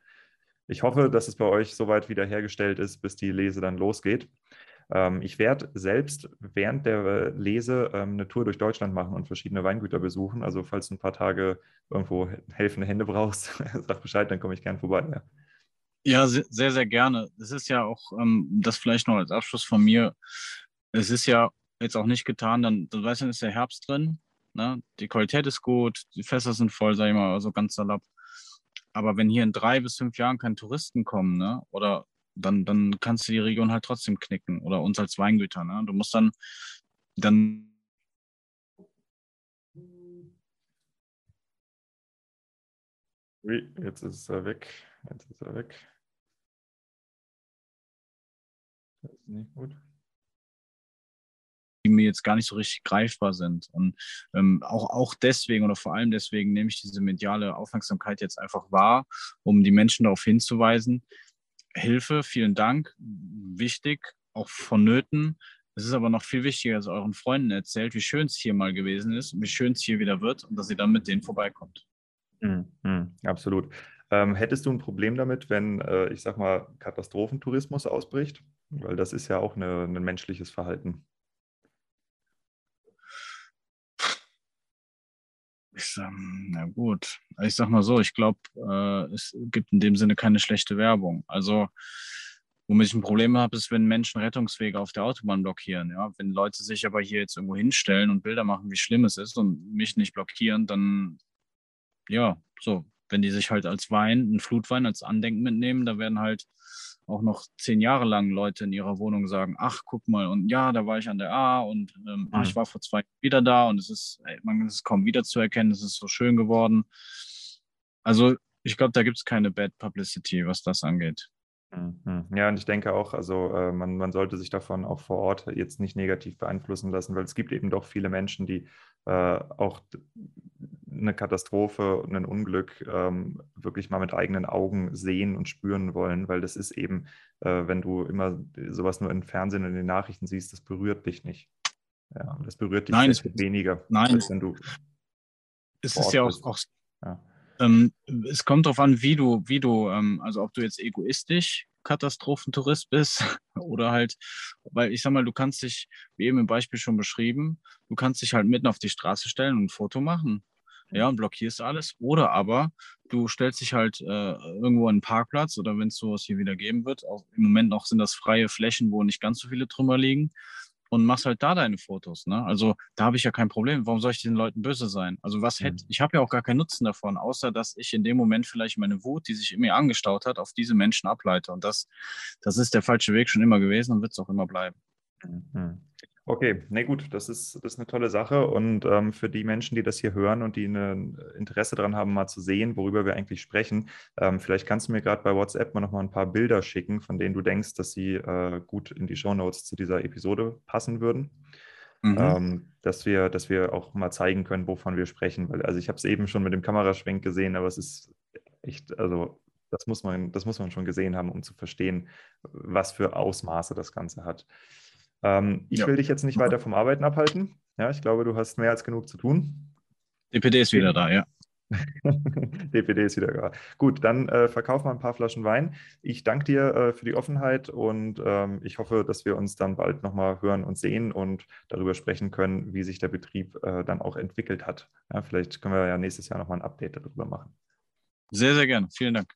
ich hoffe, dass es bei euch soweit wieder hergestellt ist, bis die Lese dann losgeht. Ich werde selbst während der Lese eine Tour durch Deutschland machen und verschiedene Weingüter besuchen. Also falls du ein paar Tage irgendwo helfende Hände brauchst, sag Bescheid, dann komme ich gern vorbei. Ja. Ja, sehr, sehr gerne. Es ist ja auch, das vielleicht noch als Abschluss von mir, es ist ja jetzt auch nicht getan, dann, du weißt, dann ist der Herbst drin, ne? Die Qualität ist gut, die Fässer sind voll, sag ich mal, also ganz salopp. Aber wenn hier in 3 bis 5 Jahren keine Touristen kommen, ne, oder dann kannst du die Region halt trotzdem knicken oder uns als Weingüter, ne? Du musst dann Ui, jetzt ist er weg. Jetzt ist er weg. Das ist nicht gut. die mir jetzt gar nicht so richtig greifbar sind. Und auch deswegen oder vor allem deswegen nehme ich diese mediale Aufmerksamkeit jetzt einfach wahr, um die Menschen darauf hinzuweisen. Hilfe, vielen Dank, wichtig, auch vonnöten. Es ist aber noch viel wichtiger, dass ihr euren Freunden erzählt, wie schön es hier mal gewesen ist und wie schön es hier wieder wird und dass ihr dann mit denen vorbeikommt. Absolut. Hättest du ein Problem damit, wenn, ich sag mal, Katastrophentourismus ausbricht? Weil das ist ja auch ein menschliches Verhalten. Na gut, ich sag mal so, ich glaube, es gibt in dem Sinne keine schlechte Werbung. Also, womit ich ein Problem habe, ist, wenn Menschen Rettungswege auf der Autobahn blockieren. Ja? Wenn Leute sich aber hier jetzt irgendwo hinstellen und Bilder machen, wie schlimm es ist und mich nicht blockieren, dann ja, so. wenn die sich halt als Wein, einen Flutwein als Andenken mitnehmen, da werden halt auch noch 10 Jahre lang Leute in ihrer Wohnung sagen, ach, guck mal, und ja, da war ich an der A und ich war vor 2 Jahren wieder da und es ist kaum wiederzuerkennen, es ist so schön geworden. Also ich glaube, da gibt es keine Bad Publicity, was das angeht. Mhm. Ja, und ich denke auch, also man sollte sich davon auch vor Ort jetzt nicht negativ beeinflussen lassen, weil es gibt eben doch viele Menschen, die auch eine Katastrophe, ein Unglück wirklich mal mit eigenen Augen sehen und spüren wollen, weil das ist eben, wenn du immer sowas nur im Fernsehen und in den Nachrichten siehst, das berührt dich nicht. Ja, und das berührt dich Nein, sehr viel weniger, nein, als wenn du es vor ist Ort ja bist. auch Ja. es kommt darauf an, also ob du jetzt egoistisch Katastrophentourist bist oder halt, weil ich sag mal, du kannst dich, wie eben im Beispiel schon beschrieben, du kannst dich halt mitten auf die Straße stellen und ein Foto machen. Ja, und blockierst alles. Oder aber du stellst dich halt irgendwo an einen Parkplatz oder wenn es sowas hier wieder geben wird, auch im Moment noch sind das freie Flächen, wo nicht ganz so viele Trümmer liegen und machst halt da deine Fotos, ne? Also da habe ich ja kein Problem. Warum soll ich den Leuten böse sein? Also Mhm. ich habe ja auch gar keinen Nutzen davon, außer dass ich in dem Moment vielleicht meine Wut, die sich in mir angestaut hat, auf diese Menschen ableite. Und das ist der falsche Weg schon immer gewesen und wird es auch immer bleiben. Mhm. Okay, na gut, das ist eine tolle Sache. Und für die Menschen, die das hier hören und die ein Interesse daran haben, mal zu sehen, worüber wir eigentlich sprechen, vielleicht kannst du mir gerade bei WhatsApp mal noch mal ein paar Bilder schicken, von denen du denkst, dass sie gut in die Shownotes zu dieser Episode passen würden. Mhm. Dass wir auch mal zeigen können, wovon wir sprechen. Weil, also ich habe es eben schon mit dem Kameraschwenk gesehen, aber es ist echt, also das muss man schon gesehen haben, um zu verstehen, was für Ausmaße das Ganze hat. Ich Ja. will dich jetzt nicht weiter vom Arbeiten abhalten. Ja, ich glaube, du hast mehr als genug zu tun. DPD ist wieder da, ja. DPD ist wieder da. Gut, dann verkauf mal ein paar Flaschen Wein. Ich danke dir für die Offenheit und ich hoffe, dass wir uns dann bald nochmal hören und sehen und darüber sprechen können, wie sich der Betrieb dann auch entwickelt hat. Ja, vielleicht können wir ja nächstes Jahr nochmal ein Update darüber machen. Sehr, sehr gerne. Vielen Dank.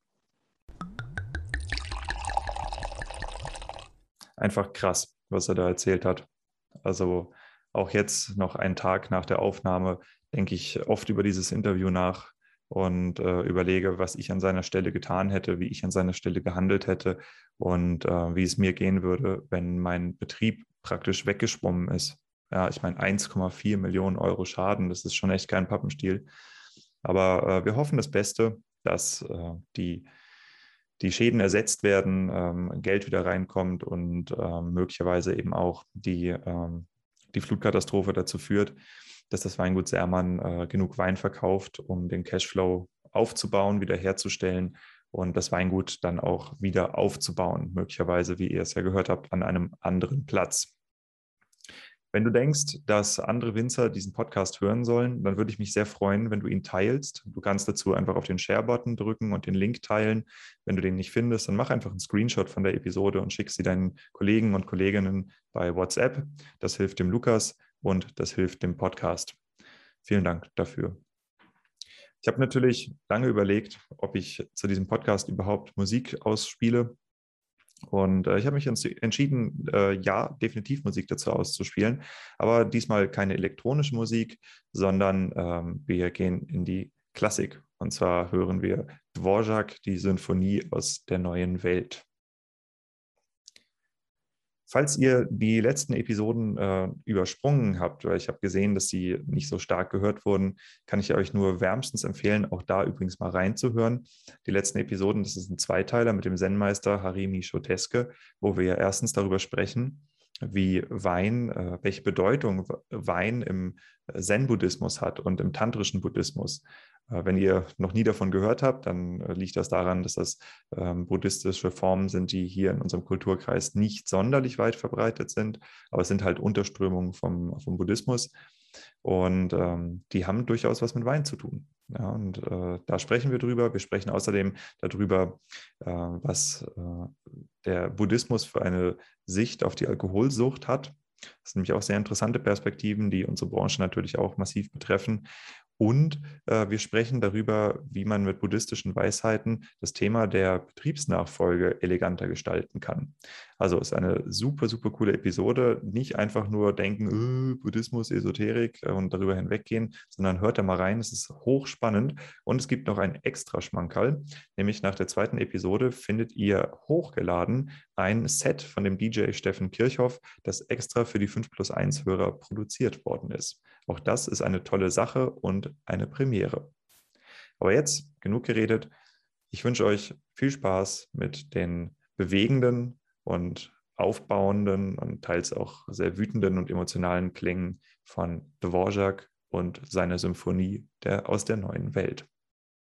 Einfach krass, was er da erzählt hat. Also auch jetzt noch einen Tag nach der Aufnahme denke ich oft über dieses Interview nach und überlege, was ich an seiner Stelle getan hätte, wie ich an seiner Stelle gehandelt hätte und wie es mir gehen würde, wenn mein Betrieb praktisch weggeschwommen ist. Ja, ich meine 1,4 Millionen Euro Schaden, das ist schon echt kein Pappenstiel. Aber wir hoffen das Beste, dass die Schäden ersetzt werden, Geld wieder reinkommt und möglicherweise eben auch die Flutkatastrophe dazu führt, dass das Weingut Sermann genug Wein verkauft, um den Cashflow aufzubauen, wiederherzustellen und das Weingut dann auch wieder aufzubauen, möglicherweise, wie ihr es ja gehört habt, an einem anderen Platz. Wenn du denkst, dass andere Winzer diesen Podcast hören sollen, dann würde ich mich sehr freuen, wenn du ihn teilst. Du kannst dazu einfach auf den Share-Button drücken und den Link teilen. Wenn du den nicht findest, dann mach einfach einen Screenshot von der Episode und schick sie deinen Kollegen und Kolleginnen bei WhatsApp. Das hilft dem Lukas und das hilft dem Podcast. Vielen Dank dafür. Ich habe natürlich lange überlegt, ob ich zu diesem Podcast überhaupt Musik ausspiele. Und ich habe mich entschieden, ja, definitiv Musik dazu auszuspielen, aber diesmal keine elektronische Musik, sondern wir gehen in die Klassik. Und zwar hören wir Dvorak, die Sinfonie aus der neuen Welt. Falls ihr die letzten Episoden übersprungen habt, weil ich habe gesehen, dass sie nicht so stark gehört wurden, kann ich euch nur wärmstens empfehlen, auch da übrigens mal reinzuhören. Die letzten Episoden, das ist ein Zweiteiler mit dem Zen-Meister Harimi Shoteske, wo wir ja erstens darüber sprechen, wie Wein, welche Bedeutung Wein im Zen-Buddhismus hat und im tantrischen Buddhismus. Wenn ihr noch nie davon gehört habt, dann liegt das daran, dass das buddhistische Formen sind, die hier in unserem Kulturkreis nicht sonderlich weit verbreitet sind, aber es sind halt Unterströmungen vom Buddhismus und die haben durchaus was mit Wein zu tun. Ja, und da sprechen wir drüber. Wir sprechen außerdem darüber, was der Buddhismus für eine Sicht auf die Alkoholsucht hat. Das sind nämlich auch sehr interessante Perspektiven, die unsere Branche natürlich auch massiv betreffen. Und wir sprechen darüber, wie man mit buddhistischen Weisheiten das Thema der Betriebsnachfolge eleganter gestalten kann. Also ist eine super, super coole Episode. Nicht einfach nur denken, Buddhismus, Esoterik und darüber hinweggehen, sondern hört da mal rein. Es ist hochspannend. Und es gibt noch ein extra Schmankerl, nämlich nach der zweiten Episode findet ihr hochgeladen ein Set von dem DJ Steffen Kirchhoff, das extra für die 5+1 Hörer produziert worden ist. Auch das ist eine tolle Sache und eine Premiere. Aber jetzt genug geredet. Ich wünsche euch viel Spaß mit den bewegenden und aufbauenden und teils auch sehr wütenden und emotionalen Klängen von Dvorak und seiner Symphonie aus der neuen Welt.